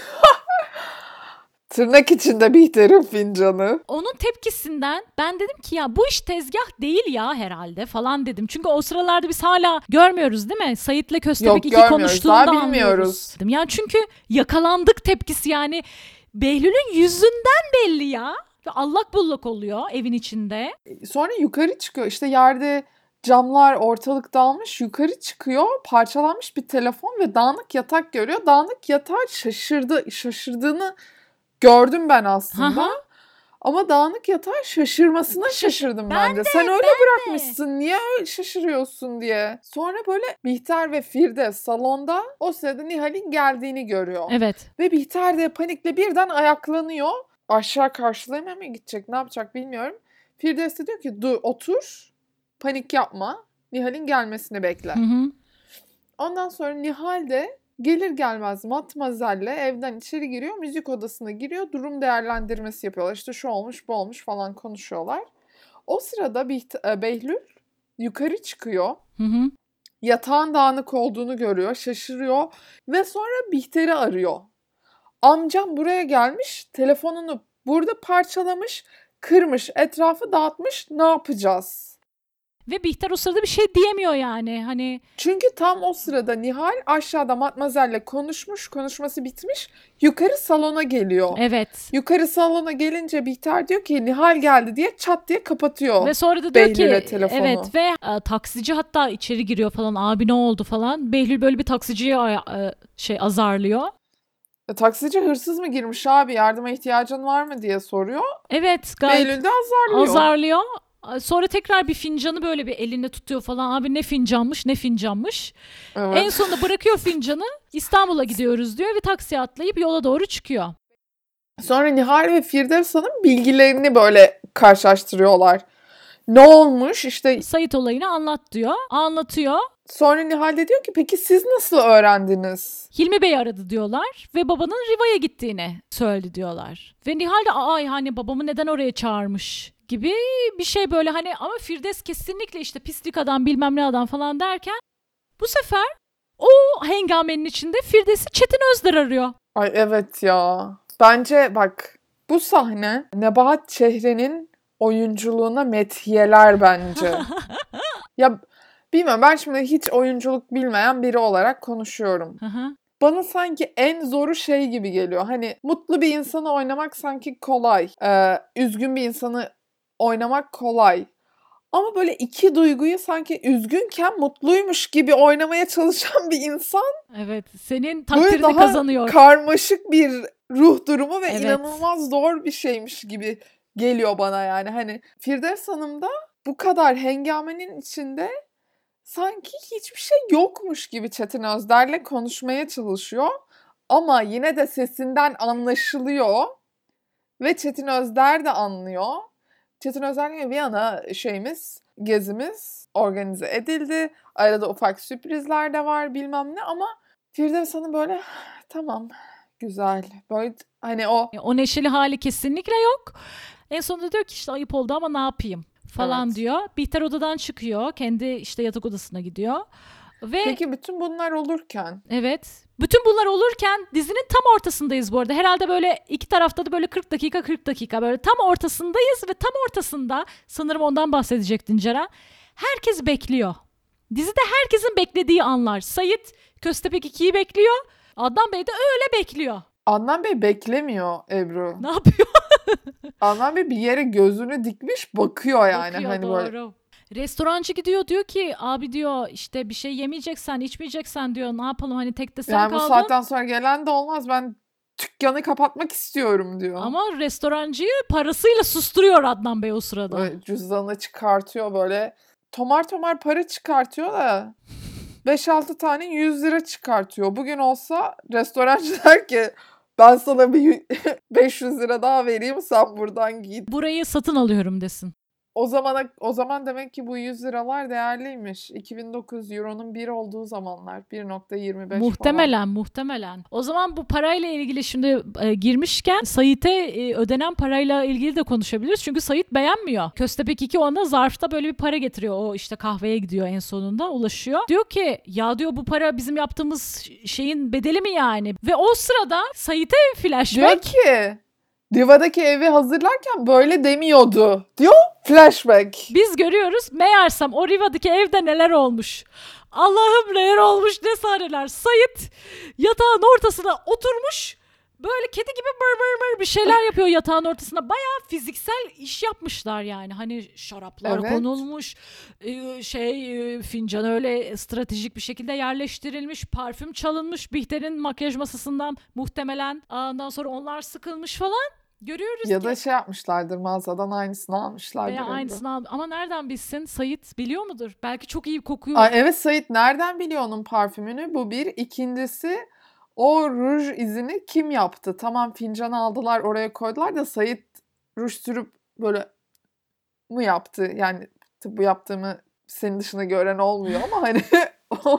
Tırnak içinde Bihter'in fincanı. Onun tepkisinden ben dedim ki ya bu iş tezgah değil ya herhalde falan dedim. Çünkü o sıralarda biz hala görmüyoruz değil mi? Sait'le Köstebek Yok, 2 görmüyoruz. konuştuğunu Daha da bilmiyoruz. anlıyoruz. Yani çünkü yakalandık tepkisi yani Behlül'ün yüzünden belli ya. Ve allak bullak oluyor evin içinde. Sonra yukarı çıkıyor. İşte yerde camlar ortalık dağılmış. Yukarı çıkıyor. Parçalanmış bir telefon ve dağınık yatak görüyor. Dağınık yatağa şaşırdığını gördüm ben aslında. Aha. Ama dağınık yatağa şaşırmasına şaşırdım ben de. Sen öyle bırakmışsın. Niye öyle şaşırıyorsun diye. Sonra böyle Bihter ve Firdevs salonda o sırada Nihal'in geldiğini görüyor. Evet. Ve Bihter de panikle birden ayaklanıyor. Aşağı karşılamaya mı gidecek, ne yapacak bilmiyorum. Firdevs de diyor ki dur otur, panik yapma. Nihal'in gelmesini bekle. Hı hı. Ondan sonra Nihal de gelir gelmez Matmazel'le evden içeri giriyor. Müzik odasına giriyor. Durum değerlendirmesi yapıyorlar. İşte şu olmuş bu olmuş falan konuşuyorlar. O sırada Behlül yukarı çıkıyor. Hı hı. Yatağın dağınık olduğunu görüyor. Şaşırıyor. Ve sonra Bihter'i arıyor. Amcam buraya gelmiş. Telefonunu burada parçalamış. kırmış, etrafı dağıtmış, ne yapacağız? Ve Bihter o sırada bir şey diyemiyor yani. Hani Çünkü tam o sırada Nihal aşağıda Matmazel'le konuşmuş, konuşması bitmiş, yukarı salona geliyor. evet. Yukarı salona gelince Bihter diyor ki Nihal geldi diye çat diye kapatıyor. Ve sonra da diyor Behlül'e ki telefonu. evet ve taksici hatta içeri giriyor falan. Abi ne oldu falan. Behlül böyle bir taksiciyi azarlıyor. Taksici hırsız mı girmiş abi, yardıma ihtiyacın var mı diye soruyor. Evet gayet Behlül de azarlıyor. azarlıyor. Sonra tekrar bir fincanı böyle bir elinde tutuyor falan. Abi ne fincanmış ne fincanmış. Evet. En sonunda bırakıyor fincanı. İstanbul'a gidiyoruz diyor ve taksiye atlayıp yola doğru çıkıyor. Sonra Nihal ve Firdevs Hanım bilgilerini böyle karşılaştırıyorlar. Ne olmuş işte, Sait olayını anlat diyor. Anlatıyor. sonra Nihal de diyor ki peki siz nasıl öğrendiniz? Hilmi Bey aradı diyorlar ve babanın Riva'ya gittiğini söyledi diyorlar. Ve Nihal de ay hani babamı neden oraya çağırmış gibi bir şey böyle hani ama Firdevs kesinlikle işte pislik adam bilmem ne adam falan derken bu sefer o hengamenin içinde Firdevs'i Çetin Özder arıyor. Ay evet ya. Bence bak bu sahne Nebahat Çehre'nin oyunculuğuna methiyeler bence. Ya bilmiyorum, ben şimdi hiç oyunculuk bilmeyen biri olarak konuşuyorum. Hı hı. Bana sanki en zoru şey gibi geliyor. Hani mutlu bir insanı oynamak sanki kolay. Üzgün bir insanı oynamak kolay. Ama böyle iki duyguyu sanki üzgünken mutluymuş gibi oynamaya çalışan bir insan Evet, senin böyle takdirini daha kazanıyor. karmaşık bir ruh durumu ve Evet. inanılmaz zor bir şeymiş gibi geliyor bana yani. Hani Firdevs Hanım da bu kadar hengamenin içinde sanki hiçbir şey yokmuş gibi Çetin Özder'le konuşmaya çalışıyor. Ama yine de sesinden anlaşılıyor ve Çetin Özder de anlıyor. Çetin Özder'le Viyana gezimiz organize edildi. Arada ufak sürprizler de var bilmem ne ama Firdevs Hanım böyle tamam güzel. Böyle hani o O neşeli hali kesinlikle yok. En sonunda diyor ki işte ayıp oldu ama ne yapayım falan Evet. diyor. Bihter odadan çıkıyor. Kendi işte yatak odasına gidiyor. Ve peki bütün bunlar olurken evet. Bütün bunlar olurken dizinin tam ortasındayız bu arada. Herhalde böyle iki tarafta da böyle 40 dakika böyle tam ortasındayız ve tam ortasında sanırım ondan bahsedecektin Ceren. Herkes bekliyor. Dizide herkesin beklediği anlar. Sait Köstebek 2'yi bekliyor. Adnan Bey de öyle bekliyor. Adnan Bey beklemiyor Ebru. Ne yapıyor? Adnan Bey bir yere gözünü dikmiş bakıyor yani. Bakıyor, hani doğru. böyle. Restorancı gidiyor diyor ki abi diyor işte bir şey yemeyeceksen içmeyeceksen diyor ne yapalım hani tek de sen Yani bu kaldın. saatten sonra gelen de olmaz, ben dükkanı kapatmak istiyorum diyor. Ama restorancıyı parasıyla susturuyor Adnan Bey o sırada. Böyle cüzdanını çıkartıyor böyle. Tomar tomar para çıkartıyor da 5-6 tane 100 lira çıkartıyor. Bugün olsa restorancı der ki ben sana bir 500 lira daha vereyim, sen buradan git. Burayı satın alıyorum desin. O zaman demek ki bu 100 liralar değerliymiş. 2009 Euro'nun 1 olduğu zamanlar. 1.25 falan. Muhtemelen. O zaman bu parayla ilgili şimdi girmişken Sait'e ödenen parayla ilgili de konuşabiliriz. Çünkü Sait beğenmiyor. Köstebek 2 ona zarfta böyle bir para getiriyor. O işte kahveye gidiyor en sonunda ulaşıyor. Diyor ki ya diyor bu para bizim yaptığımız şeyin bedeli mi yani? Ve o sırada Sait'e flashback. Diyor ki Riva'daki evi hazırlarken böyle demiyordu. Diyor flashback. Biz görüyoruz. Meğersem o Riva'daki evde neler olmuş. Allah'ım neler olmuş ne sahneler. Sait yatağın ortasına oturmuş. Böyle kedi gibi mır bir şeyler yapıyor yatağın ortasına. Bayağı fiziksel iş yapmışlar yani. Hani şaraplar Evet. konulmuş. Fincan öyle stratejik bir şekilde yerleştirilmiş. Parfüm çalınmış. Bihter'in makyaj masasından muhtemelen. Ondan sonra onlar sıkılmış falan. Görüyoruz Ya ki. da şey yapmışlardır, mağazadan aynısını almışlardır. Veya evde. aynısını al. Ama nereden bilsin? Sait biliyor mudur? Belki çok iyi kokuyor. Ay, evet, Sait nereden biliyor onun parfümünü? Bu bir. İkincisi o ruj izini kim yaptı? Tamam, fincanı aldılar oraya koydular da Sait ruj sürüp böyle mı yaptı? Yani tabii bu yaptığımı senin dışında gören olmuyor ama hani o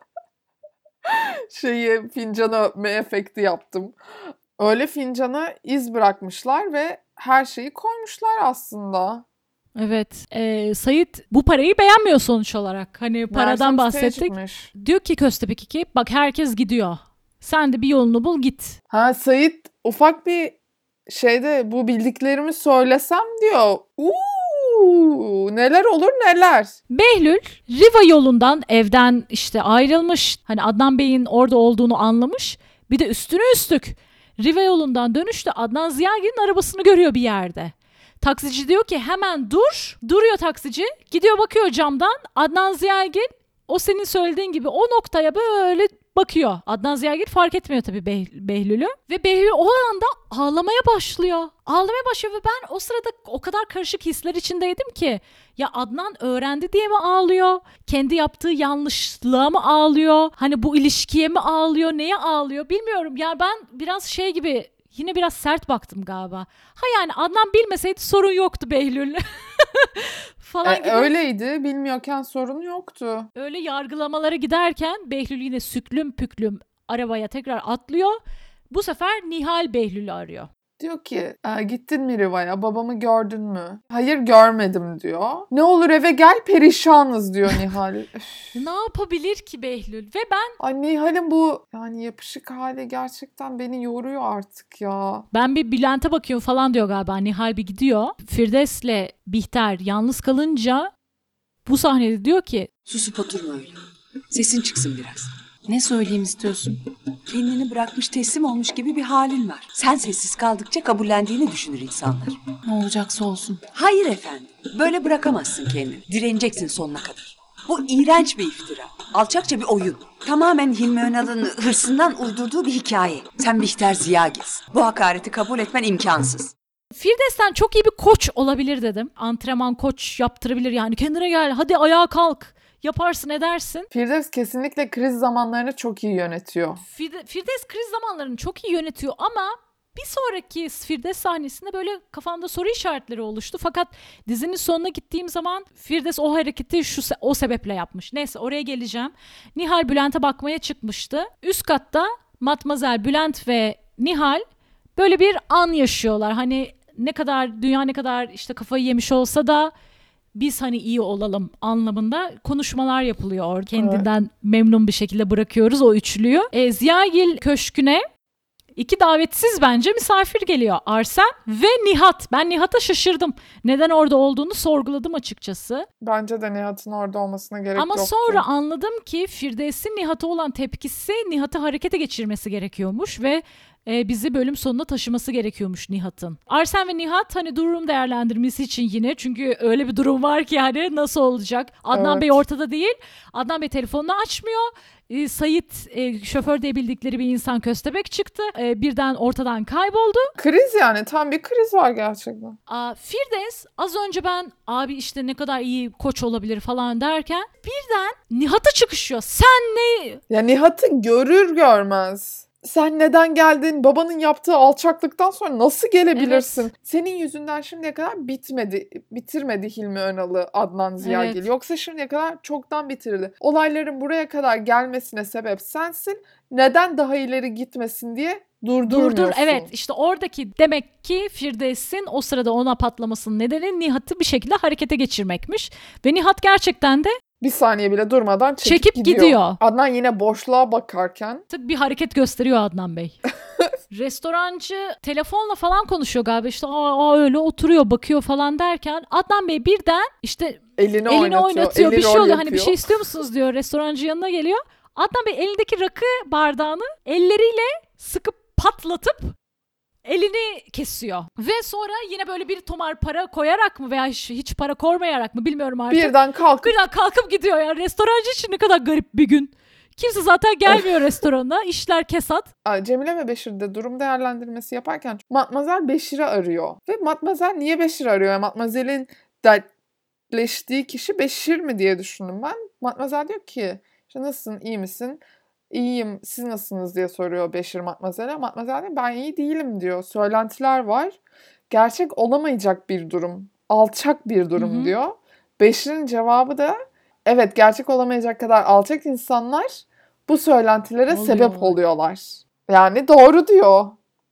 fincanı öpme efekti yaptım. Öyle fincana iz bırakmışlar ve her şeyi koymuşlar aslında. Evet. Sait bu parayı beğenmiyor sonuç olarak. Hani paradan Meğersem bahsettik. stratejikmiş. Diyor ki Köstebek 2 bak herkes gidiyor. Sen de bir yolunu bul git. Ha, Sait ufak bir şeyde bu bildiklerimi söylesem diyor. Neler olur neler. Behlül Riva yolundan evden işte ayrılmış. Hani Adnan Bey'in orada olduğunu anlamış. Bir de üstüne üstlük Riva yolundan dönüşte Adnan Ziyagil'in arabasını görüyor bir yerde. Taksici diyor ki hemen dur. Duruyor taksici. Gidiyor bakıyor camdan. Adnan Ziyagil o senin söylediğin gibi o noktaya böyle bakıyor. Adnan Ziyagil fark etmiyor tabii Behlül'ü. Ve Behlül o anda ağlamaya başlıyor. Ağlamaya başlıyor ve ben o sırada o kadar karışık hisler içindeydim ki. Ya Adnan öğrendi diye mi ağlıyor? Kendi yaptığı yanlışlığa mı ağlıyor? Hani bu ilişkiye mi ağlıyor? Neye ağlıyor? Bilmiyorum. Ya ben biraz şey gibi yine biraz sert baktım galiba. Ha yani Adnan bilmeseydi sorun yoktu Behlül. falan gibi. Öyleydi. Bilmiyorken sorun yoktu. Öyle yargılamalara giderken Behlül yine süklüm püklüm arabaya tekrar atlıyor. Bu sefer Nihal Behlül'ü arıyor. Diyor ki gittin mi Riva'ya? Babamı gördün mü? Hayır görmedim diyor. Ne olur eve gel perişanız diyor Nihal. Ne yapabilir ki Behlül? Ve ben Ay Nihal'in bu yani yapışık hali gerçekten beni yoruyor artık ya. bir Bülent'e bakıyorum falan diyor galiba. Nihal bir gidiyor. Firdevs'le Bihter yalnız kalınca bu sahnede diyor ki Susup oturma öyle. Sesin çıksın biraz. Ne söyleyeyim istiyorsun? Kendini bırakmış teslim olmuş gibi bir halin var. Sen sessiz kaldıkça kabullendiğini düşünür insanlar. Ne olacaksa olsun. Hayır efendim. Böyle bırakamazsın kendini. Direneceksin sonuna kadar. Bu iğrenç bir iftira. Alçakça bir oyun. Tamamen Hilmi Önal'ın hırsından uydurduğu bir hikaye. Sen Bihter Ziyagil'sin. Bu hakareti kabul etmen imkansız. Firdevs'ten çok iyi bir koç olabilir dedim. Antrenman koç yaptırabilir yani. Kendine gel hadi ayağa kalk. Yaparsın edersin. Firdevs kesinlikle kriz zamanlarını çok iyi yönetiyor. Firdevs kriz zamanlarını çok iyi yönetiyor ama bir sonraki Firdevs sahnesinde böyle kafamda soru işaretleri oluştu. Fakat dizinin sonuna gittiğim zaman Firdevs o hareketi o sebeple yapmış. Neyse oraya geleceğim. Nihal Bülent'e bakmaya çıkmıştı. Üst katta Matmazel, Bülent ve Nihal böyle bir an yaşıyorlar. Hani dünya ne kadar işte kafayı yemiş olsa da biz hani iyi olalım anlamında konuşmalar yapılıyor orada. Kendinden memnun bir şekilde bırakıyoruz o üçlüyü. Ziyagil Köşkü'ne 2 davetsiz bence misafir geliyor. Arsen ve Nihat. Ben Nihat'a şaşırdım. Neden orada olduğunu sorguladım açıkçası. Bence de Nihat'ın orada olmasına gerek Ama yoktu. sonra anladım ki Firdevs'in Nihat'a olan tepkisi Nihat'ı harekete geçirmesi gerekiyormuş ve bizi bölüm sonuna taşıması gerekiyormuş Nihat'ın. Arsen ve Nihat hani durum değerlendirmesi için yine çünkü öyle bir durum var ki yani nasıl olacak? Adnan Bey ortada değil. Adnan Bey telefonunu açmıyor. Sait şoför diye bildikleri bir insan köstebek çıktı. Birden ortadan kayboldu. Kriz yani tam bir kriz var gerçekten. Firdevs az önce ben abi işte ne kadar iyi koç olabilir falan derken birden Nihat'a çıkışıyor. Sen ne? Ya Nihat'ı görür görmez. Sen neden geldin? Babanın yaptığı alçaklıktan sonra nasıl gelebilirsin? Evet. Senin yüzünden şimdiye kadar bitirmedi Hilmi Önal'ı Adnan Ziyagil. Evet. Yoksa şimdiye kadar çoktan bitirdi. Olayların buraya kadar gelmesine sebep sensin. Neden daha ileri gitmesin diye durdurmuyorsun. Evet işte oradaki demek ki Firdevs'in o sırada ona patlamasının nedeni Nihat'ı bir şekilde harekete geçirmekmiş. Ve Nihat gerçekten de Bir saniye bile durmadan çekip gidiyor. Adnan yine boşluğa bakarken bir hareket gösteriyor Adnan Bey. Restorancı telefonla falan konuşuyor galiba işte öyle oturuyor bakıyor falan derken Adnan Bey birden işte elini oynatıyor. eli Bir şey rol oluyor hani bir yapıyor. şey istiyor musunuz diyor restorancı yanına geliyor. Adnan Bey elindeki rakı bardağını elleriyle sıkıp patlatıp elini kesiyor. Ve sonra yine böyle bir tomar para koyarak mı veya hiç para koymayarak mı bilmiyorum artık. Birden kalkıp gidiyor ya. Restorancı için ne kadar garip bir gün. Kimse zaten gelmiyor restorana. İşler kesat. Cemile ve Beşir de durum değerlendirmesi yaparken Matmazel Beşir'i arıyor. Ve Matmazel niye Beşir'i arıyor? Yani Matmazel'in dertleştiği kişi Beşir mi diye düşündüm ben. Matmazel diyor ki işte nasılsın, iyi misin? İyiyim, siz nasılsınız diye soruyor Beşir Matmazel'e. Matmazel diyor ben iyi değilim diyor. Söylentiler var. Gerçek olamayacak bir durum. Alçak bir durum diyor. Beşir'in cevabı da evet gerçek olamayacak kadar alçak insanlar bu söylentilere sebep oluyorlar. Yani doğru diyor.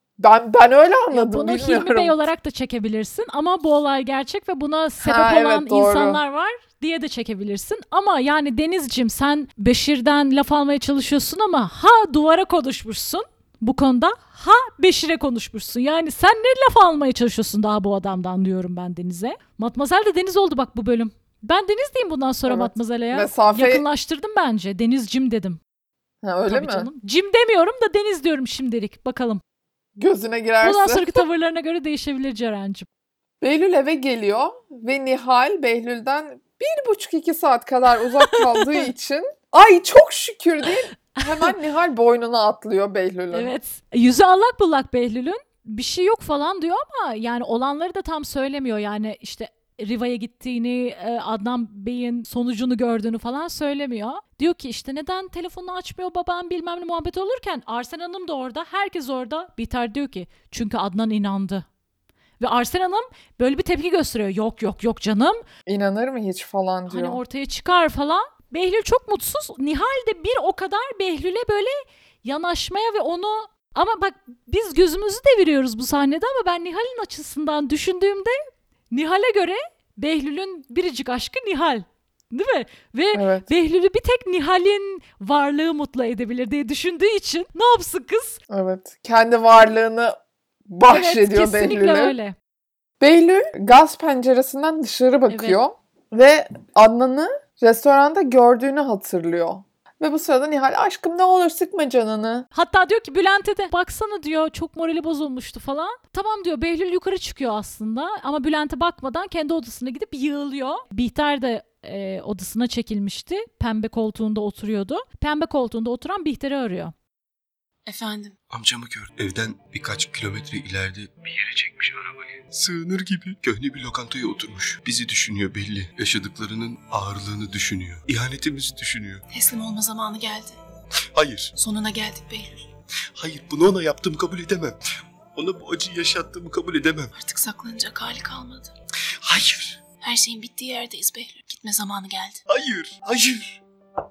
Ben öyle anladım. Bunu bilmiyorum. Hilmi Bey olarak da çekebilirsin ama bu olay gerçek ve buna sebep olan doğru. insanlar var diye de çekebilirsin. Ama yani Denizciğim sen Beşir'den laf almaya çalışıyorsun ama duvara konuşmuşsun. bu konuda. Ha Beşir'e konuşmuşsun. Yani sen ne laf almaya çalışıyorsun daha bu adamdan diyorum ben Deniz'e. Matmazel de Deniz oldu bak bu bölüm. Ben Deniz diyeyim bundan sonra Evet. Matmazel'e ya. Mesafe... Yakınlaştırdım bence. Denizcim dedim. Ha, öyle Tabii mi? canım. Cim demiyorum da Deniz diyorum şimdilik. Bakalım. Gözüne girerse. Bundan sonraki tavırlarına göre değişebilir Ceren'cim. Behlül eve geliyor ve Nihal Behlül'den 1,5-2 saat kadar uzak kaldığı için ay çok şükür değil hemen Nihal boynuna atlıyor Behlül'ün. Evet. Yüzü allak bullak Behlül'ün. Bir şey yok falan diyor ama yani olanları da tam söylemiyor. Yani işte Riva'ya gittiğini, Adnan Bey'in sonucunu gördüğünü falan söylemiyor. Diyor ki işte neden telefonunu açmıyor babam bilmem ne muhabbet olurken Arsen Hanım da orada, herkes orada. Bihter diyor ki çünkü Adnan inandı. Ve Arsen Hanım böyle bir tepki gösteriyor. Yok canım. İnanır mı hiç falan diyor. Hani ortaya çıkar falan. Behlül çok mutsuz. Nihal de bir o kadar Behlül'e böyle yanaşmaya ve onu... Ama bak biz gözümüzü deviriyoruz bu sahnede ama ben Nihal'in açısından düşündüğümde Nihal'e göre Behlül'ün biricik aşkı Nihal. Değil mi? Ve Evet. Behlül'ü bir tek Nihal'in varlığı mutlu edebilir diye düşündüğü için ne yapsın kız? Evet. Kendi varlığını bahşediyor Evet, kesinlikle Behlül'e. öyle. Behlül gaz penceresinden dışarı bakıyor ve Adnan'ı restoranda gördüğünü hatırlıyor. Ve bu sırada Nihal aşkım ne olur sıkma canını. Hatta diyor ki Bülent'e de baksana diyor çok morali bozulmuştu falan. Tamam diyor Behlül yukarı çıkıyor aslında ama Bülent'e bakmadan kendi odasına gidip yığılıyor. Bihter de odasına çekilmişti. Pembe koltuğunda oturuyordu. Pembe koltuğunda oturan Bihter'i arıyor. Efendim, Amcamı gördüm. Evden birkaç kilometre ileride bir yere çekmiş arabayı. Sığınır gibi köhne bir lokantaya oturmuş. Bizi düşünüyor belli. Yaşadıklarının ağırlığını düşünüyor. İhanetimizi düşünüyor. teslim olma zamanı geldi. Hayır, Sonuna geldik Behlül. hayır bunu ona yaptığımı kabul edemem. Ona bu acıyı yaşattığımı kabul edemem. Artık saklanacak hali kalmadı. Hayır, Her şeyin bittiği yerdeyiz Behlül. Gitme zamanı geldi. hayır.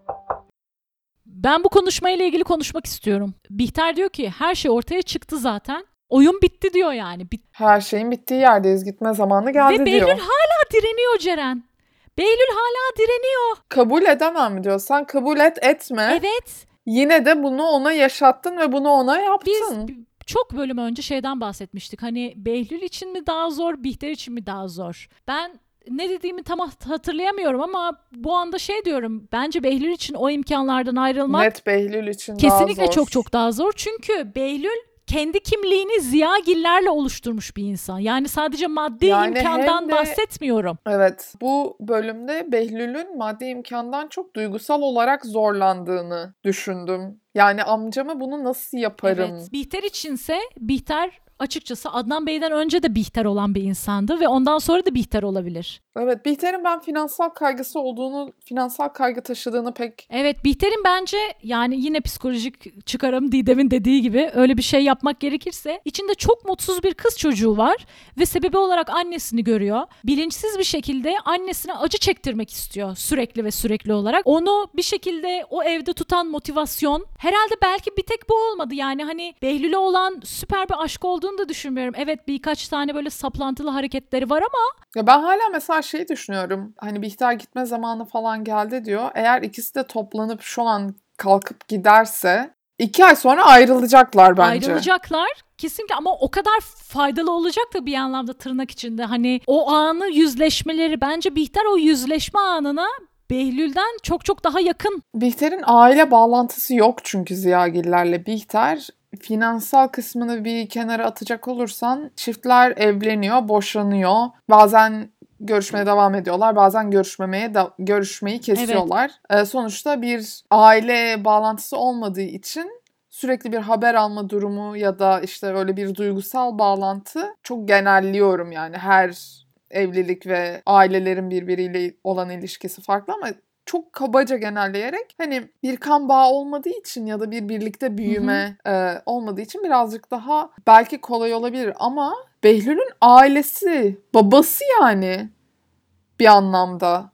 Ben bu konuşmayla ilgili konuşmak istiyorum. Bihter diyor ki her şey ortaya çıktı zaten. Oyun bitti diyor yani. Her şeyin bittiği yerdeyiz. Gitme zamanı geldi Ve diyor. Behlül hala direniyor Ceren. Behlül hala direniyor. Kabul edemem mi diyor. Sen kabul etme. Evet. Yine de bunu ona yaşattın ve bunu ona yaptın. Biz çok bölüm önce şeyden bahsetmiştik. Hani Behlül için mi daha zor, Bihter için mi daha zor? Ben ne dediğimi tam hatırlayamıyorum ama bu anda şey diyorum. Bence Behlül için o imkanlardan ayrılmak Net Behlül için kesinlikle daha zor. çok çok daha zor. Çünkü Behlül kendi kimliğini Ziyagillerle oluşturmuş bir insan. Yani sadece maddi Yani imkandan hem de- bahsetmiyorum. Evet, bu bölümde Behlül'ün maddi imkandan çok duygusal olarak zorlandığını düşündüm. Yani amcama bunu nasıl yaparım? Evet. Bihter içinse Bihter açıkçası Adnan Bey'den önce de Bihter olan bir insandı ve ondan sonra da Bihter olabilir. Evet, Bihter'in ben finansal kaygısı olduğunu, finansal kaygı taşıdığını pek... Evet, Bihter'in bence yani yine psikolojik çıkarım Didem'in dediği gibi öyle bir şey yapmak gerekirse içinde çok mutsuz bir kız çocuğu var ve sebebi olarak annesini görüyor. Bilinçsiz bir şekilde annesine acı çektirmek istiyor sürekli ve sürekli olarak. Onu bir şekilde o evde tutan motivasyon herhalde belki bir tek bu olmadı. Yani hani Behlül'e olan süper bir aşk olduğunu da düşünmüyorum. Evet birkaç tane böyle saplantılı hareketleri var ama Ya ben hala mesela şey düşünüyorum. Hani Bihter gitme zamanı falan geldi diyor. Eğer ikisi de toplanıp şu an kalkıp giderse 2 ay sonra ayrılacaklar bence. ayrılacaklar kesinlikle ama o kadar faydalı olacak da bir anlamda tırnak içinde hani o anı yüzleşmeleri bence Bihter o yüzleşme anına Behlül'den çok çok daha yakın. Bihter'in aile bağlantısı yok çünkü Ziyagillerle. Bihter finansal kısmını bir kenara atacak olursan çiftler evleniyor, boşanıyor. Bazen görüşmeye devam ediyorlar, bazen görüşmeyi kesiyorlar. Sonuçta bir aile bağlantısı olmadığı için sürekli bir haber alma durumu ya da işte öyle bir duygusal bağlantı çok genelliyorum yani her evlilik ve ailelerin birbiriyle olan ilişkisi farklı ama çok kabaca genelleyerek hani bir kan bağı olmadığı için ya da bir birlikte büyüme olmadığı için birazcık daha belki kolay olabilir ama Behlül'ün ailesi, babası yani bir anlamda.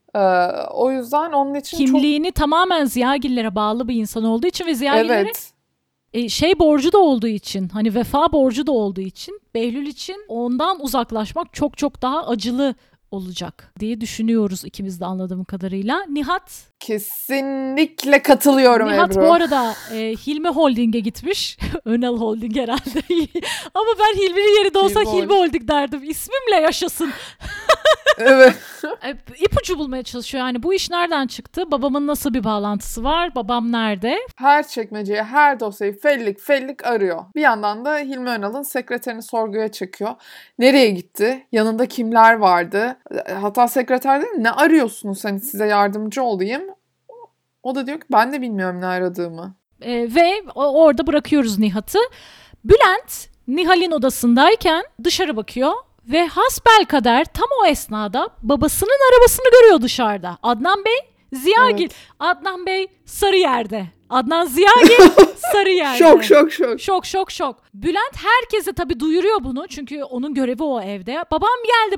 O yüzden onun için Kimliğini tamamen Ziyagillere bağlı bir insan olduğu için ve Ziyagillere evet. borcu da olduğu için hani vefa borcu da olduğu için Behlül için ondan uzaklaşmak çok çok daha acılı olacak diye düşünüyoruz ikimiz de anladığım kadarıyla. Nihat Kesinlikle katılıyorum Nihat Ebru. bu arada Hilmi Holding'e gitmiş. Önal Holding herhalde. Ama ben Hilmi'nin yerinde olsa Hilmi Hilmi Holding derdim. İsmimle yaşasın. Evet. İpucu bulmaya çalışıyor. Yani bu iş nereden çıktı? Babamın nasıl bir bağlantısı var? Babam nerede? Her çekmeceye, her dosyayı fellik arıyor. Bir yandan da Hilmi Önal'ın sekreterini sorguya çekiyor. Nereye gitti? Yanında kimler vardı? Hatta sekreter dedi, ne arıyorsunuz? Hani size yardımcı olayım. O da diyor ki ben de bilmiyorum ne aradığımı. Ve orada bırakıyoruz Nihat'ı. Bülent Nihal'in odasındayken dışarı bakıyor ve hasbelkader tam o esnada babasının arabasını görüyor dışarıda. Adnan Bey, Ziyagil. Evet. Adnan Bey Sarıyer'de. Adnan Ziyagil Sarıyer'de. Şok. Bülent herkese tabii duyuruyor bunu çünkü onun görevi o evde. Babam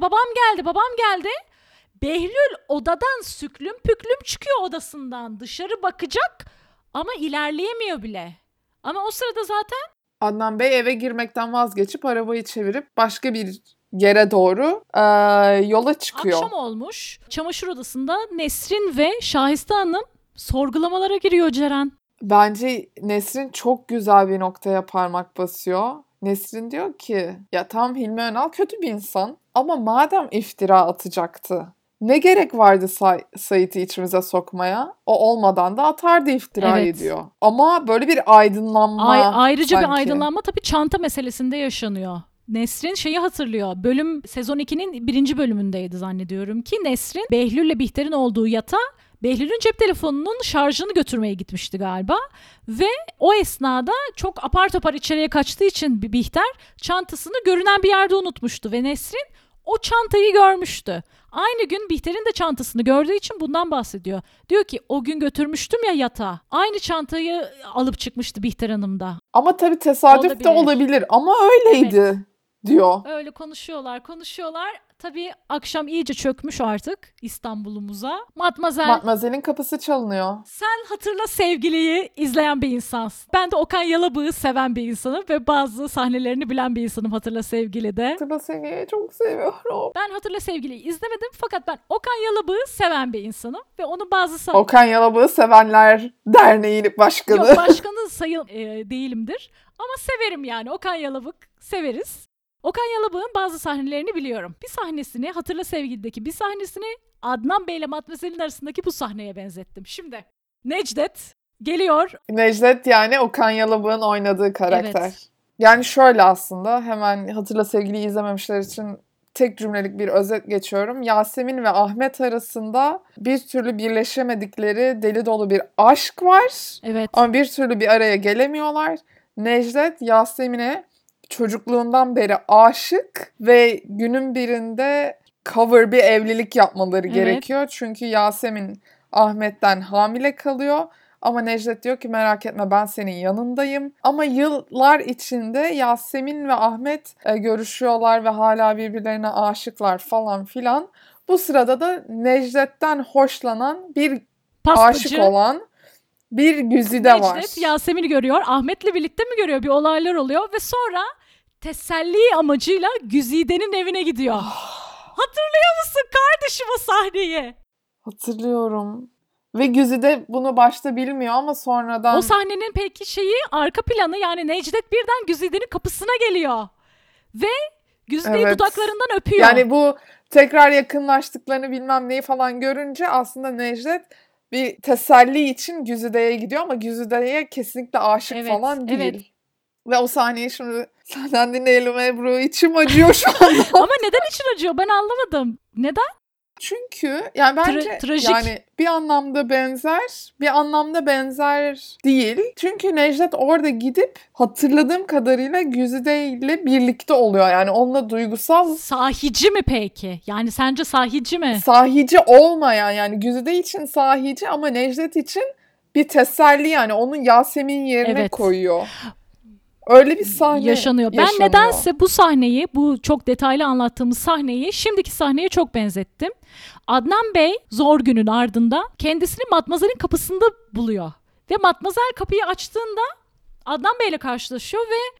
geldi. Behlül odadan süklüm püklüm çıkıyor odasından. Dışarı bakacak ama ilerleyemiyor bile. Ama o sırada zaten Adnan Bey eve girmekten vazgeçip arabayı çevirip başka bir yere doğru yola çıkıyor. akşam olmuş. Çamaşır odasında Nesrin ve Şahiste Hanım sorgulamalara giriyor Ceren. Bence Nesrin çok güzel bir noktaya parmak basıyor. Nesrin diyor ki ya tam Hilmi Önal kötü bir insan ama madem iftira atacaktı ne gerek vardı Sait'i içimize sokmaya? O olmadan da atardı iftirayı Evet. diyor. Ama böyle bir aydınlanma Ayrıca sanki. bir aydınlanma tabii çanta meselesinde yaşanıyor. Nesrin şeyi hatırlıyor. Sezon 2'nin 1. bölümündeydi zannediyorum ki Nesrin Behlül'le Bihter'in olduğu yatağa Behlül'ün cep telefonunun şarjını götürmeye gitmişti galiba. Ve o esnada çok apar topar içeriye kaçtığı için Bihter çantasını görünen bir yerde unutmuştu. Ve Nesrin o çantayı görmüştü. Aynı gün Bihter'in de çantasını gördüğü için bundan bahsediyor. Diyor ki o gün götürmüştüm ya yatağa. Aynı çantayı alıp çıkmıştı Bihter Hanım da. Ama tabii tesadüf de olabilir ama öyleydi diyor. Öyle konuşuyorlar. Tabii akşam iyice çökmüş artık İstanbul'umuza. Matmazel'in kapısı çalınıyor. Sen Hatırla Sevgili'yi izleyen bir insansın. Ben de Okan Yalabık'ı seven bir insanım ve bazı sahnelerini bilen bir insanım Hatırla Sevgili'de. Hatırla Sevgili'yi çok seviyorum. Ben Hatırla Sevgili'yi izlemedim fakat ben Okan Yalabık'ı seven bir insanım ve onun bazı Okan Yalabık'ı Sevenler Derneği'nin başkanı. Yok başkanı değilimdir ama severim yani Okan Yalabık severiz. Okan Yalabık'ın bazı sahnelerini biliyorum. Bir sahnesini Hatırla Sevgili'deki bir sahnesini Adnan Bey ile Matmazel'in arasındaki bu sahneye benzettim. Şimdi Necdet geliyor. Necdet yani Okan Yalabık'ın oynadığı karakter. Evet. Yani şöyle aslında hemen Hatırla Sevgili'yi izlememişler için tek cümlelik bir özet geçiyorum. Yasemin ve Ahmet arasında bir türlü birleşemedikleri deli dolu bir aşk var. Evet. Ama bir türlü bir araya gelemiyorlar. Necdet Yasemin'e çocukluğundan beri aşık ve günün birinde cover bir evlilik yapmaları gerekiyor. Çünkü Yasemin Ahmet'ten hamile kalıyor. Ama Necdet diyor ki merak etme ben senin yanındayım. Ama yıllar içinde Yasemin ve Ahmet görüşüyorlar ve hala birbirlerine aşıklar falan filan. Bu sırada da Necdet'ten hoşlanan bir aşık olan bir güzide var. Necdet Yasemin'i görüyor. Ahmet'le birlikte mi görüyor? Bir olaylar oluyor ve sonra teselli amacıyla Güzide'nin evine gidiyor. Hatırlıyor musun kardeşim o sahneyi? Hatırlıyorum. Ve Güzide bunu başta bilmiyor ama sonradan... O sahnenin peki arka planı yani Necdet birden Güzide'nin kapısına geliyor. Ve Güzide'yi dudaklarından öpüyor. Yani bu tekrar yakınlaştıklarını bilmem neyi falan görünce aslında Necdet bir teselli için Güzide'ye gidiyor ama Güzide'ye kesinlikle aşık falan değil. Evet. Ve o sahneyi şimdi senden dinleyelim Ebru. İçim acıyor şu anda. Ama neden için acıyor? Ben anlamadım. Neden? Çünkü yani bence trajik. yani bir anlamda benzer, bir anlamda benzer değil. Çünkü Necdet orada gidip hatırladığım kadarıyla Güzide ile birlikte oluyor. Yani onunla duygusal... Sahici mi peki? Yani sence sahici mi? Sahici olmayan yani Güzide için sahici ama Necdet için bir teselli yani onun Yasemin yerine koyuyor. Öyle bir sahne yaşanıyor. Ben nedense bu sahneyi, bu çok detaylı anlattığımız sahneyi şimdiki sahneye çok benzettim. Adnan Bey zor günün ardında kendisini Matmazel'in kapısında buluyor. Ve Matmazel kapıyı açtığında Adnan Bey'le karşılaşıyor ve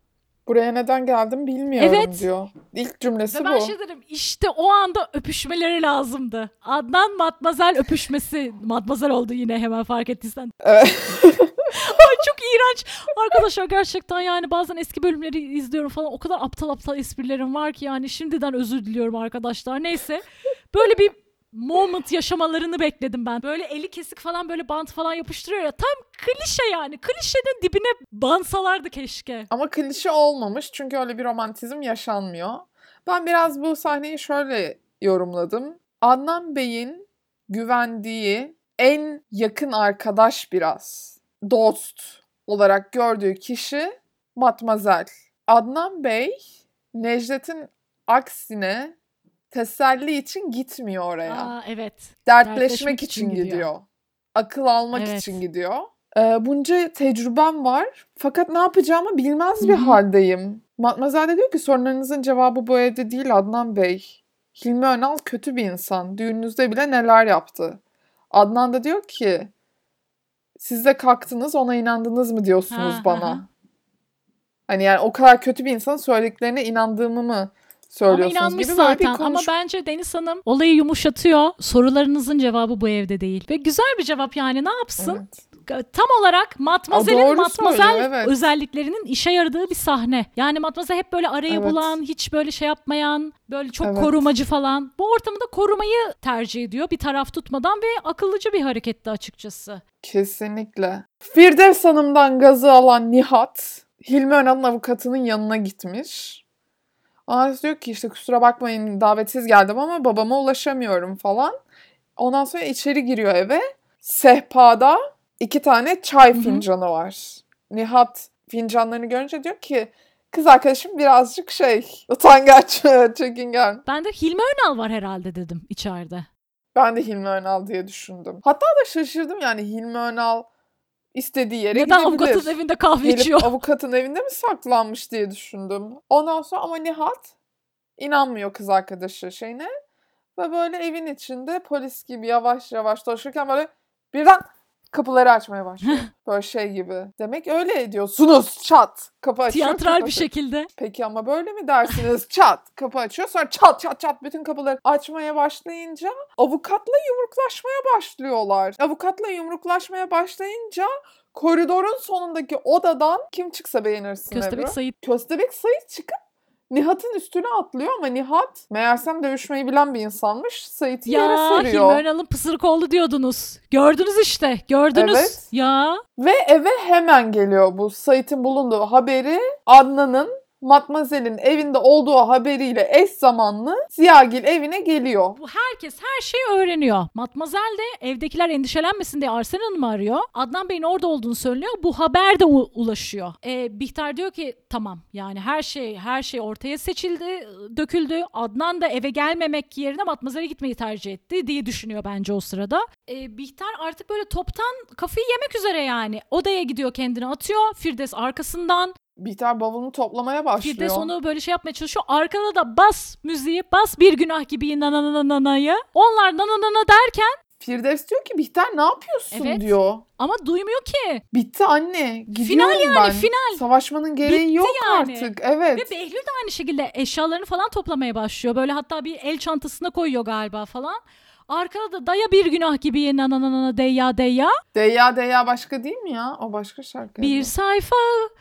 Buraya neden geldim bilmiyorum Evet. diyor. İlk cümlesi Ve ben bu. şey derim, işte o anda öpüşmeleri lazımdı. Adnan Matmazel öpüşmesi. Matmazel oldu yine, hemen fark ettiysen. Evet. Ay çok iğrenç. Arkadaşlar gerçekten yani bazen eski bölümleri izliyorum falan. O kadar aptal aptal esprilerim var ki yani şimdiden özür diliyorum arkadaşlar. Neyse. Böyle bir moment yaşamalarını bekledim ben. Böyle eli kesik falan, böyle bant falan yapıştırıyor ya. Tam klişe yani. Klişenin dibine bansalardı keşke. Ama klişe olmamış çünkü öyle bir romantizm yaşanmıyor. Ben biraz bu sahneyi şöyle yorumladım. Adnan Bey'in güvendiği en yakın arkadaş, biraz dost olarak gördüğü kişi Matmazel. Adnan Bey, Necdet'in aksine teselli için gitmiyor oraya. Aa evet. Dertleşmek için gidiyor. Akıl almak Evet. için gidiyor. Bunca tecrübem var fakat ne yapacağımı bilmez bir Hı hı. haldeyim. Matmazel de diyor ki sorunlarınızın cevabı bu evde değil Adnan Bey. Hilmi Önal kötü bir insan. Düğününüzde bile neler yaptı. Adnan da diyor ki siz de kalktınız ona inandınız mı diyorsunuz Ha, bana. ha. Hani yani o kadar kötü bir insanın söylediklerine inandığımı mı Ama söylüyorsunuz inanmış gibi böyle bir zaten. Ama bence Deniz Hanım olayı yumuşatıyor. Sorularınızın cevabı bu evde değil. Ve güzel bir cevap yani, ne yapsın? Evet. Tam olarak Matmazel'in doğru Matmazel söylüyor, evet. özelliklerinin işe yaradığı bir sahne. Yani Matmazel hep böyle arayı Evet. bulan, hiç böyle şey yapmayan, böyle çok Evet. korumacı falan. Bu ortamı da korumayı tercih ediyor, bir taraf tutmadan, ve akıllıca bir hareketti açıkçası. Kesinlikle. Firdevs Hanım'dan gazı alan Nihat, Hilmi Önal'ın avukatının yanına gitmiş. Ona diyor ki işte kusura bakmayın davetsiz geldim ama babama ulaşamıyorum falan. Ondan sonra içeri giriyor eve. Sehpada 2 tane çay Hı hı. fincanı var. Nihat fincanlarını görünce diyor ki kız arkadaşım birazcık utangaç, çekingen. Ben de Hilmi Önal var herhalde dedim içeride. Ben de Hilmi Önal diye düşündüm. Hatta da şaşırdım yani Hilmi Önal istediği yere Neden gidebilir. avukatın evinde kahve Gelip içiyor? avukatın evinde mi saklanmış diye düşündüm. Ondan sonra ama Nihat inanmıyor kız arkadaşı şeyine. Ve böyle evin içinde polis gibi yavaş yavaş dolaşırken böyle birden kapıları açmaya başlıyor. Böyle şey gibi. Demek öyle ediyorsunuz. Çat. Kapı açıyor. Tiyatral bir kapatıyor. şekilde. Peki ama böyle mi dersiniz? Çat. Kapı açıyor. Sonra çat çat çat bütün kapıları açmaya başlayınca avukatla yumruklaşmaya başlıyorlar. Avukatla yumruklaşmaya başlayınca koridorun sonundaki odadan kim çıksa beğenirsin Köstebek Ebru. Sait. Köstebek Sait çıkıp Nihat'ın üstüne atlıyor ama Nihat meğersem dövüşmeyi bilen bir insanmış. Sait'i yere Ya Hilmi seriyor. Önal'ın pısırık oğlu diyordunuz. Gördünüz işte. Gördünüz. Evet. Ya. Ve eve hemen geliyor bu Sait'in bulunduğu haberi. Adnan'ın Matmazel'in evinde olduğu haberiyle eş zamanlı Ziyagil evine geliyor. Bu herkes her şeyi öğreniyor. Matmazel de evdekiler endişelenmesin diye Arsen Hanım'ı arıyor. Adnan Bey'in orada olduğunu söylüyor. Bu haber de ulaşıyor. Bihter diyor ki tamam yani her şey ortaya seçildi, döküldü. Adnan da eve gelmemek yerine Matmazel'e gitmeyi tercih etti diye düşünüyor bence o sırada. Bihter artık böyle toptan kafayı yemek üzere yani. Odaya gidiyor, kendini atıyor. Firdevs arkasından. Bihter bavulunu toplamaya başlıyor. Firdevs onu böyle şey yapmaya çalışıyor. Arkada da bas müziği, bas bir günah gibi nanananayı. Onlar nananana derken Firdevs diyor ki Bihter ne yapıyorsun Evet. diyor. ama duymuyor ki. Bitti anne. Gidiyorum Final yani, ben. final. Savaşmanın gereği Bitti yok yani. artık. Evet. Ve Behlül de aynı şekilde eşyalarını falan toplamaya başlıyor. Böyle hatta bir el çantasına koyuyor galiba falan. Arkada da daya bir günah gibi nananana deyya deyya. Deyya Deyya başka değil mi ya? O başka şarkı. Bir sayfa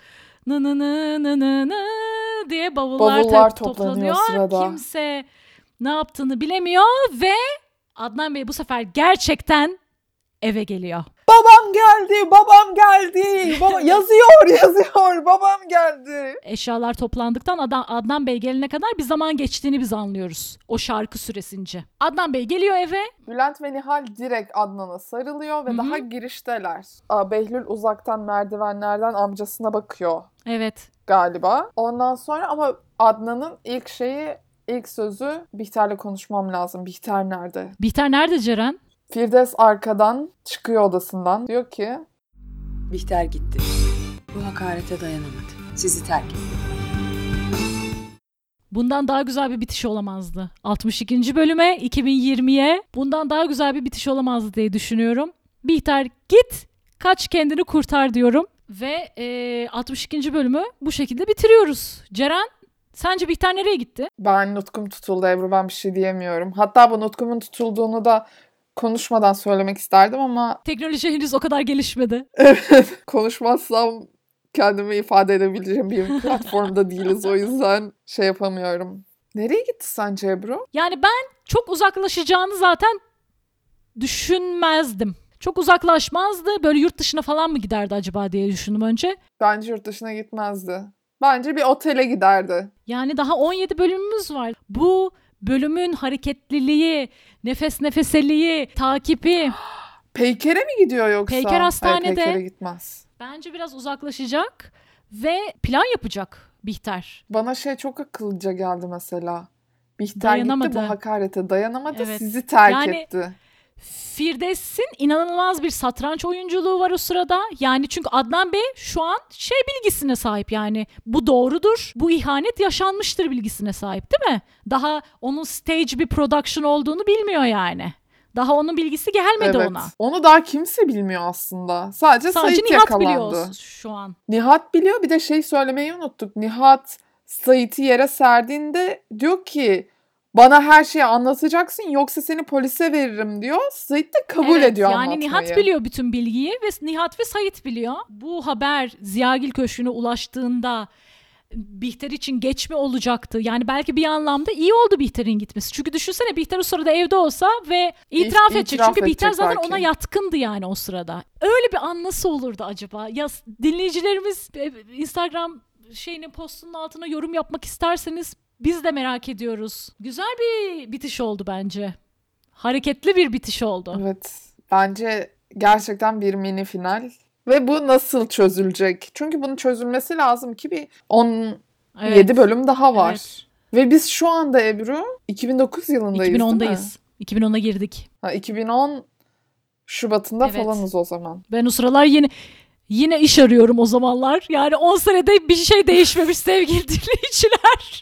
nı diye bavullar Bavullar toplanıyor. toplanıyor sırada. Kimse ne yaptığını bilemiyor ve Adnan Bey bu sefer gerçekten eve geliyor. Babam geldi, babam geldi. Baba yazıyor, babam geldi. Eşyalar toplandıktan Adnan Bey gelene kadar bir zaman geçtiğini biz anlıyoruz o şarkı süresince. Adnan Bey geliyor eve. Bülent ve Nihal direkt Adnan'a sarılıyor ve Hı hı. daha girişteler. Behlül uzaktan merdivenlerden amcasına bakıyor Evet. galiba. Ondan sonra ama Adnan'ın ilk sözü Bihter'le konuşmam lazım. Bihter nerede? Bihter nerede Ceren? Firdevs arkadan çıkıyor odasından. Diyor ki Bihter gitti. Bu hakarete dayanamadı. Sizi terk etti. Bundan daha güzel bir bitiş olamazdı. 62. bölüme, 2020'ye bundan daha güzel bir bitiş olamazdı diye düşünüyorum. Bihter git, kaç kendini kurtar diyorum. Ve 62. bölümü bu şekilde bitiriyoruz. Ceren, sence Bihter nereye gitti? Ben nutkum tutuldu Ebru, ben bir şey diyemiyorum. Hatta bu nutkumun tutulduğunu da konuşmadan söylemek isterdim ama Teknoloji henüz o kadar gelişmedi. konuşmazsam kendimi ifade edebileceğim bir platformda değiliz. O yüzden şey yapamıyorum. Nereye gitti sence Ebru? Yani ben çok uzaklaşacağını zaten düşünmezdim. Çok uzaklaşmazdı. Böyle yurt dışına falan mı giderdi acaba diye düşündüm önce. Bence yurt dışına gitmezdi. Bence bir otele giderdi. Yani daha 17 bölümümüz var. Bu bölümün hareketliliği, nefes nefeseliği, takibi Peyker'e mi gidiyor yoksa? Peyker hastanede. Hayır, Peyker'e gitmez. bence biraz uzaklaşacak ve plan yapacak Bihter. Bana şey çok akıllıca geldi mesela. Bihter Dayanamadı. gitti bu hakarete dayanamadı, Evet. sizi terk Yani- etti. Firdevs'in inanılmaz bir satranç oyunculuğu var o sırada. Yani çünkü Adnan Bey şu an şey bilgisine sahip, yani bu doğrudur, bu ihanet yaşanmıştır bilgisine sahip değil mi? Daha onun stage bir production olduğunu bilmiyor yani. Daha onun bilgisi gelmedi Evet. ona. Onu daha kimse bilmiyor aslında. Sadece Sadece Sait Nihat yakalandı. biliyor şu an. Nihat biliyor. Bir de şey söylemeyi unuttuk. Nihat Sait'i yere serdiğinde diyor ki bana her şeyi anlatacaksın yoksa seni polise veririm diyor. Sait de kabul Evet, ediyor yani anlatmayı. Nihat biliyor bütün bilgiyi ve Nihat ve Sait biliyor. Bu haber Ziyagil Köşkü'ne ulaştığında Bihter için geç mi olacaktı? Yani belki bir anlamda iyi oldu Bihter'in gitmesi. Çünkü düşünsene Bihter o sırada evde olsa ve itiraf edecek. İtiraf Çünkü Bihter edecek zaten belki. ona yatkındı yani o sırada. Öyle bir an nasıl olurdu acaba? Ya dinleyicilerimiz Instagram postunun altına yorum yapmak isterseniz biz de merak ediyoruz. Güzel bir bitiş oldu bence. Hareketli bir bitiş oldu. Evet. Bence gerçekten bir mini final. Ve bu nasıl çözülecek? Çünkü bunun çözülmesi lazım ki bir 17 Evet. bölüm daha var. Evet. Ve biz şu anda Ebru 2009 yılındayız değil mi? 2010'dayız. 2010'a girdik. 2010 Şubat'ında Evet. falanız o zaman. Ben o sıralar yine iş arıyorum o zamanlar. Yani 10 senede bir şey değişmemiş sevgili dinleyiciler.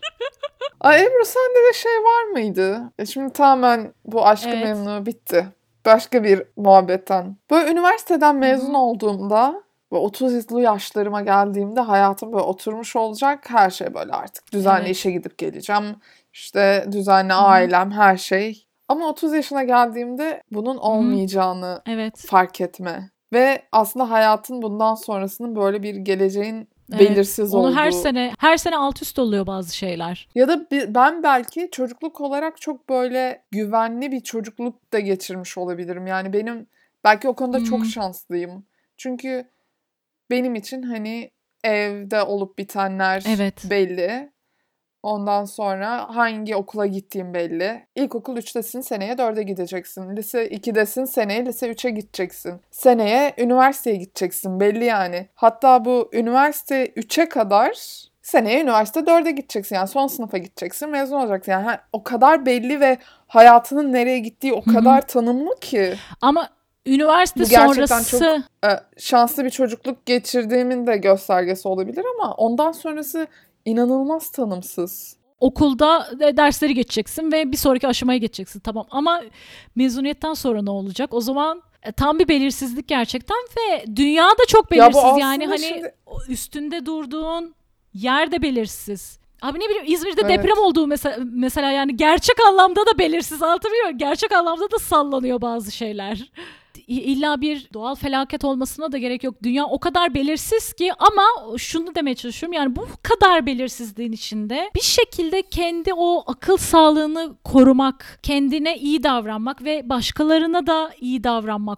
Ay Ebru, sende de şey var mıydı? Şimdi tamamen bu Aşk-ı Evet. Memnu bitti. Başka bir muhabbetten. Böyle üniversiteden mezun olduğumda ve 30'lu yaşlarıma geldiğimde hayatım böyle oturmuş olacak. Her şey böyle artık düzenli Evet. işe gidip geleceğim. İşte düzenli ailem, her şey. Ama 30 yaşına geldiğimde bunun olmayacağını Evet. fark etme. Ve aslında hayatın bundan sonrasının böyle bir geleceğin Evet. belirsiz Onu olduğu. her sene alt üst oluyor bazı şeyler. Ya da ben belki çocukluk olarak çok böyle güvenli bir çocukluk da geçirmiş olabilirim. Yani benim belki o konuda çok şanslıyım. Çünkü benim için hani evde olup bitenler Evet. belli. Ondan sonra hangi okula gittiğim belli. İlkokul 3'tesin, seneye 4'e gideceksin. Lise 2'desin, seneye lise 3'e gideceksin. Seneye üniversiteye gideceksin, belli yani. Hatta bu üniversite 3'e kadar seneye üniversite 4'e gideceksin. Yani son sınıfa gideceksin, mezun olacaksın. Yani o kadar belli ve hayatının nereye gittiği o kadar tanımlı ki. Ama üniversite Bu gerçekten sonrası Şanslı bir çocukluk geçirdiğimin de göstergesi olabilir ama ondan sonrası inanılmaz tanımsız. okulda dersleri geçeceksin ve bir sonraki aşamaya geçeceksin. Tamam, ama mezuniyetten sonra ne olacak? O zaman tam bir belirsizlik gerçekten ve dünya da çok Ya bu belirsiz. Yani aslında hani şimdi- üstünde durduğun yer de belirsiz. Abi ne bileyim, İzmir'de Evet. deprem olduğu mesela yani gerçek anlamda da belirsiz, anlatabiliyor muyum? Gerçek anlamda da sallanıyor bazı şeyler. İlla bir doğal felaket olmasına da gerek yok. Dünya o kadar belirsiz ki, ama şunu demeye çalışıyorum. Yani bu kadar belirsizliğin içinde bir şekilde kendi o akıl sağlığını korumak, kendine iyi davranmak ve başkalarına da iyi davranmak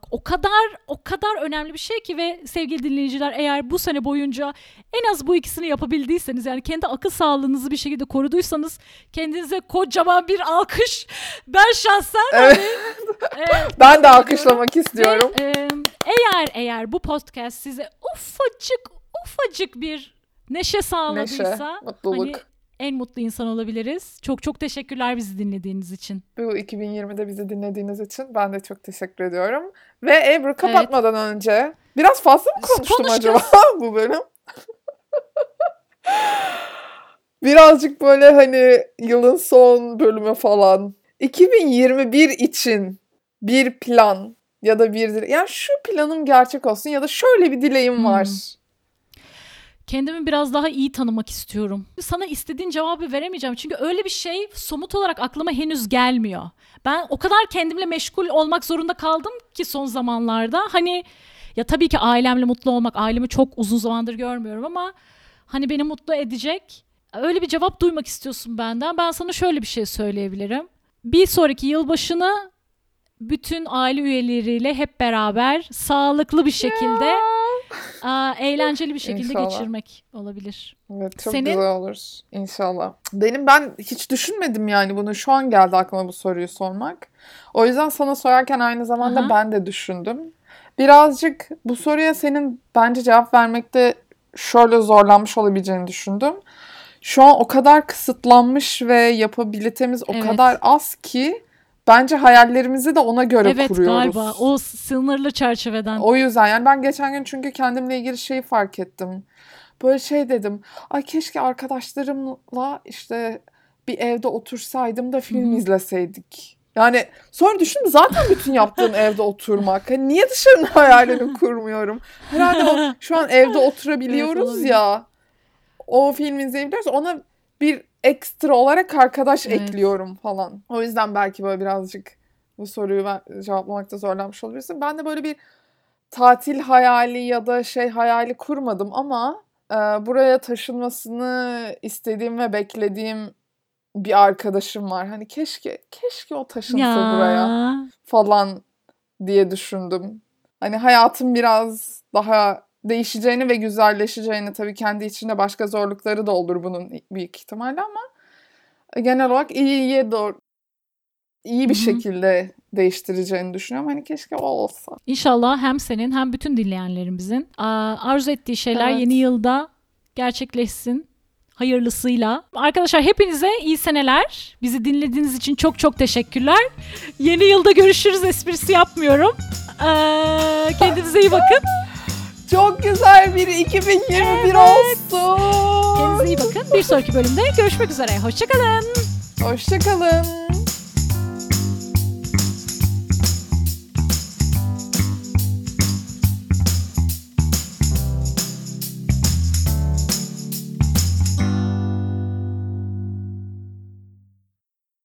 o kadar önemli bir şey ki. Ve sevgili dinleyiciler, eğer bu sene boyunca en az bu ikisini yapabildiyseniz, yani kendi akıl sağlığınızı bir şekilde koruduysanız, kendinize kocaman bir alkış. Ben şahsen Evet. Ben de alkışlamak istiyorum. Eğer bu podcast size ufacık bir neşe sağladıysa, Neşe, mutluluk. hani en mutlu insan olabiliriz. Çok çok teşekkürler bizi dinlediğiniz için. Bu 2020'de bizi dinlediğiniz için ben de çok teşekkür ediyorum. Ve Ebru, kapatmadan önce biraz fazla mı konuştum acaba bu bölüm? Birazcık böyle hani yılın son bölümü falan. 2021 için bir plan ya da bir yani şu planım gerçek olsun ya da şöyle bir dileğim var Kendimi biraz daha iyi tanımak istiyorum. Sana istediğin cevabı veremeyeceğim. Çünkü öyle bir şey somut olarak aklıma henüz gelmiyor. Ben o kadar kendimle meşgul olmak zorunda kaldım ki son zamanlarda. Hani ya tabii ki ailemle mutlu olmak, ailemi çok uzun zamandır görmüyorum ama hani beni mutlu edecek öyle bir cevap duymak istiyorsun benden. Ben sana şöyle bir şey söyleyebilirim. Bir sonraki yılbaşını bütün aile üyeleriyle hep beraber sağlıklı bir şekilde, eğlenceli bir şekilde İnşallah. geçirmek olabilir. Evet, çok Senin? güzel olur inşallah. Ben hiç düşünmedim yani bunu. Şu an geldi aklıma bu soruyu sormak. O yüzden sana sorarken aynı zamanda Aha. ben de düşündüm. Birazcık bu soruya senin bence cevap vermekte şöyle zorlanmış olabileceğini düşündüm. Şu an o kadar kısıtlanmış ve yapabilitemiz o Evet. kadar az ki bence hayallerimizi de ona göre Evet kuruyoruz. galiba o sınırlı çerçeveden. O yüzden yani ben geçen gün çünkü kendimle ilgili şeyi fark ettim. Böyle şey dedim. Ay keşke arkadaşlarımla işte bir evde otursaydım da film Hı hı. izleseydik. Yani sonra düşündüm zaten bütün yaptığım evde oturmak. Hani niye dışarının hayalini kurmuyorum? Herhalde şu an evde oturabiliyoruz Evet, olabilir. ya. O filmi izleyebiliyoruz. Ona bir ekstra olarak arkadaş Evet. ekliyorum falan. O yüzden belki böyle birazcık bu soruyu cevaplamakta zorlanmış olabilirsin. Ben de böyle bir tatil hayali ya da şey hayali kurmadım ama buraya taşınmasını istediğim ve beklediğim bir arkadaşım var. Hani keşke o taşınsa buraya Ya. falan diye düşündüm. Hani hayatım biraz daha değişeceğini ve güzelleşeceğini, tabii kendi içinde başka zorlukları da olur bunun büyük ihtimalle ama genel olarak iyiye doğru iyi bir Hı hı. şekilde değiştireceğini düşünüyorum. Hani keşke o olsa. İnşallah hem senin hem bütün dinleyenlerimizin arzu ettiği şeyler Evet. yeni yılda gerçekleşsin. Hayırlısıyla. Arkadaşlar hepinize iyi seneler. Bizi dinlediğiniz için çok çok teşekkürler. Yeni yılda görüşürüz esprisi yapmıyorum. Kendinize iyi bakın. Çok güzel bir 2021 olsun. Kendinize iyi bakın. Bir sonraki bölümde görüşmek üzere. Hoşçakalın. Hoşçakalın.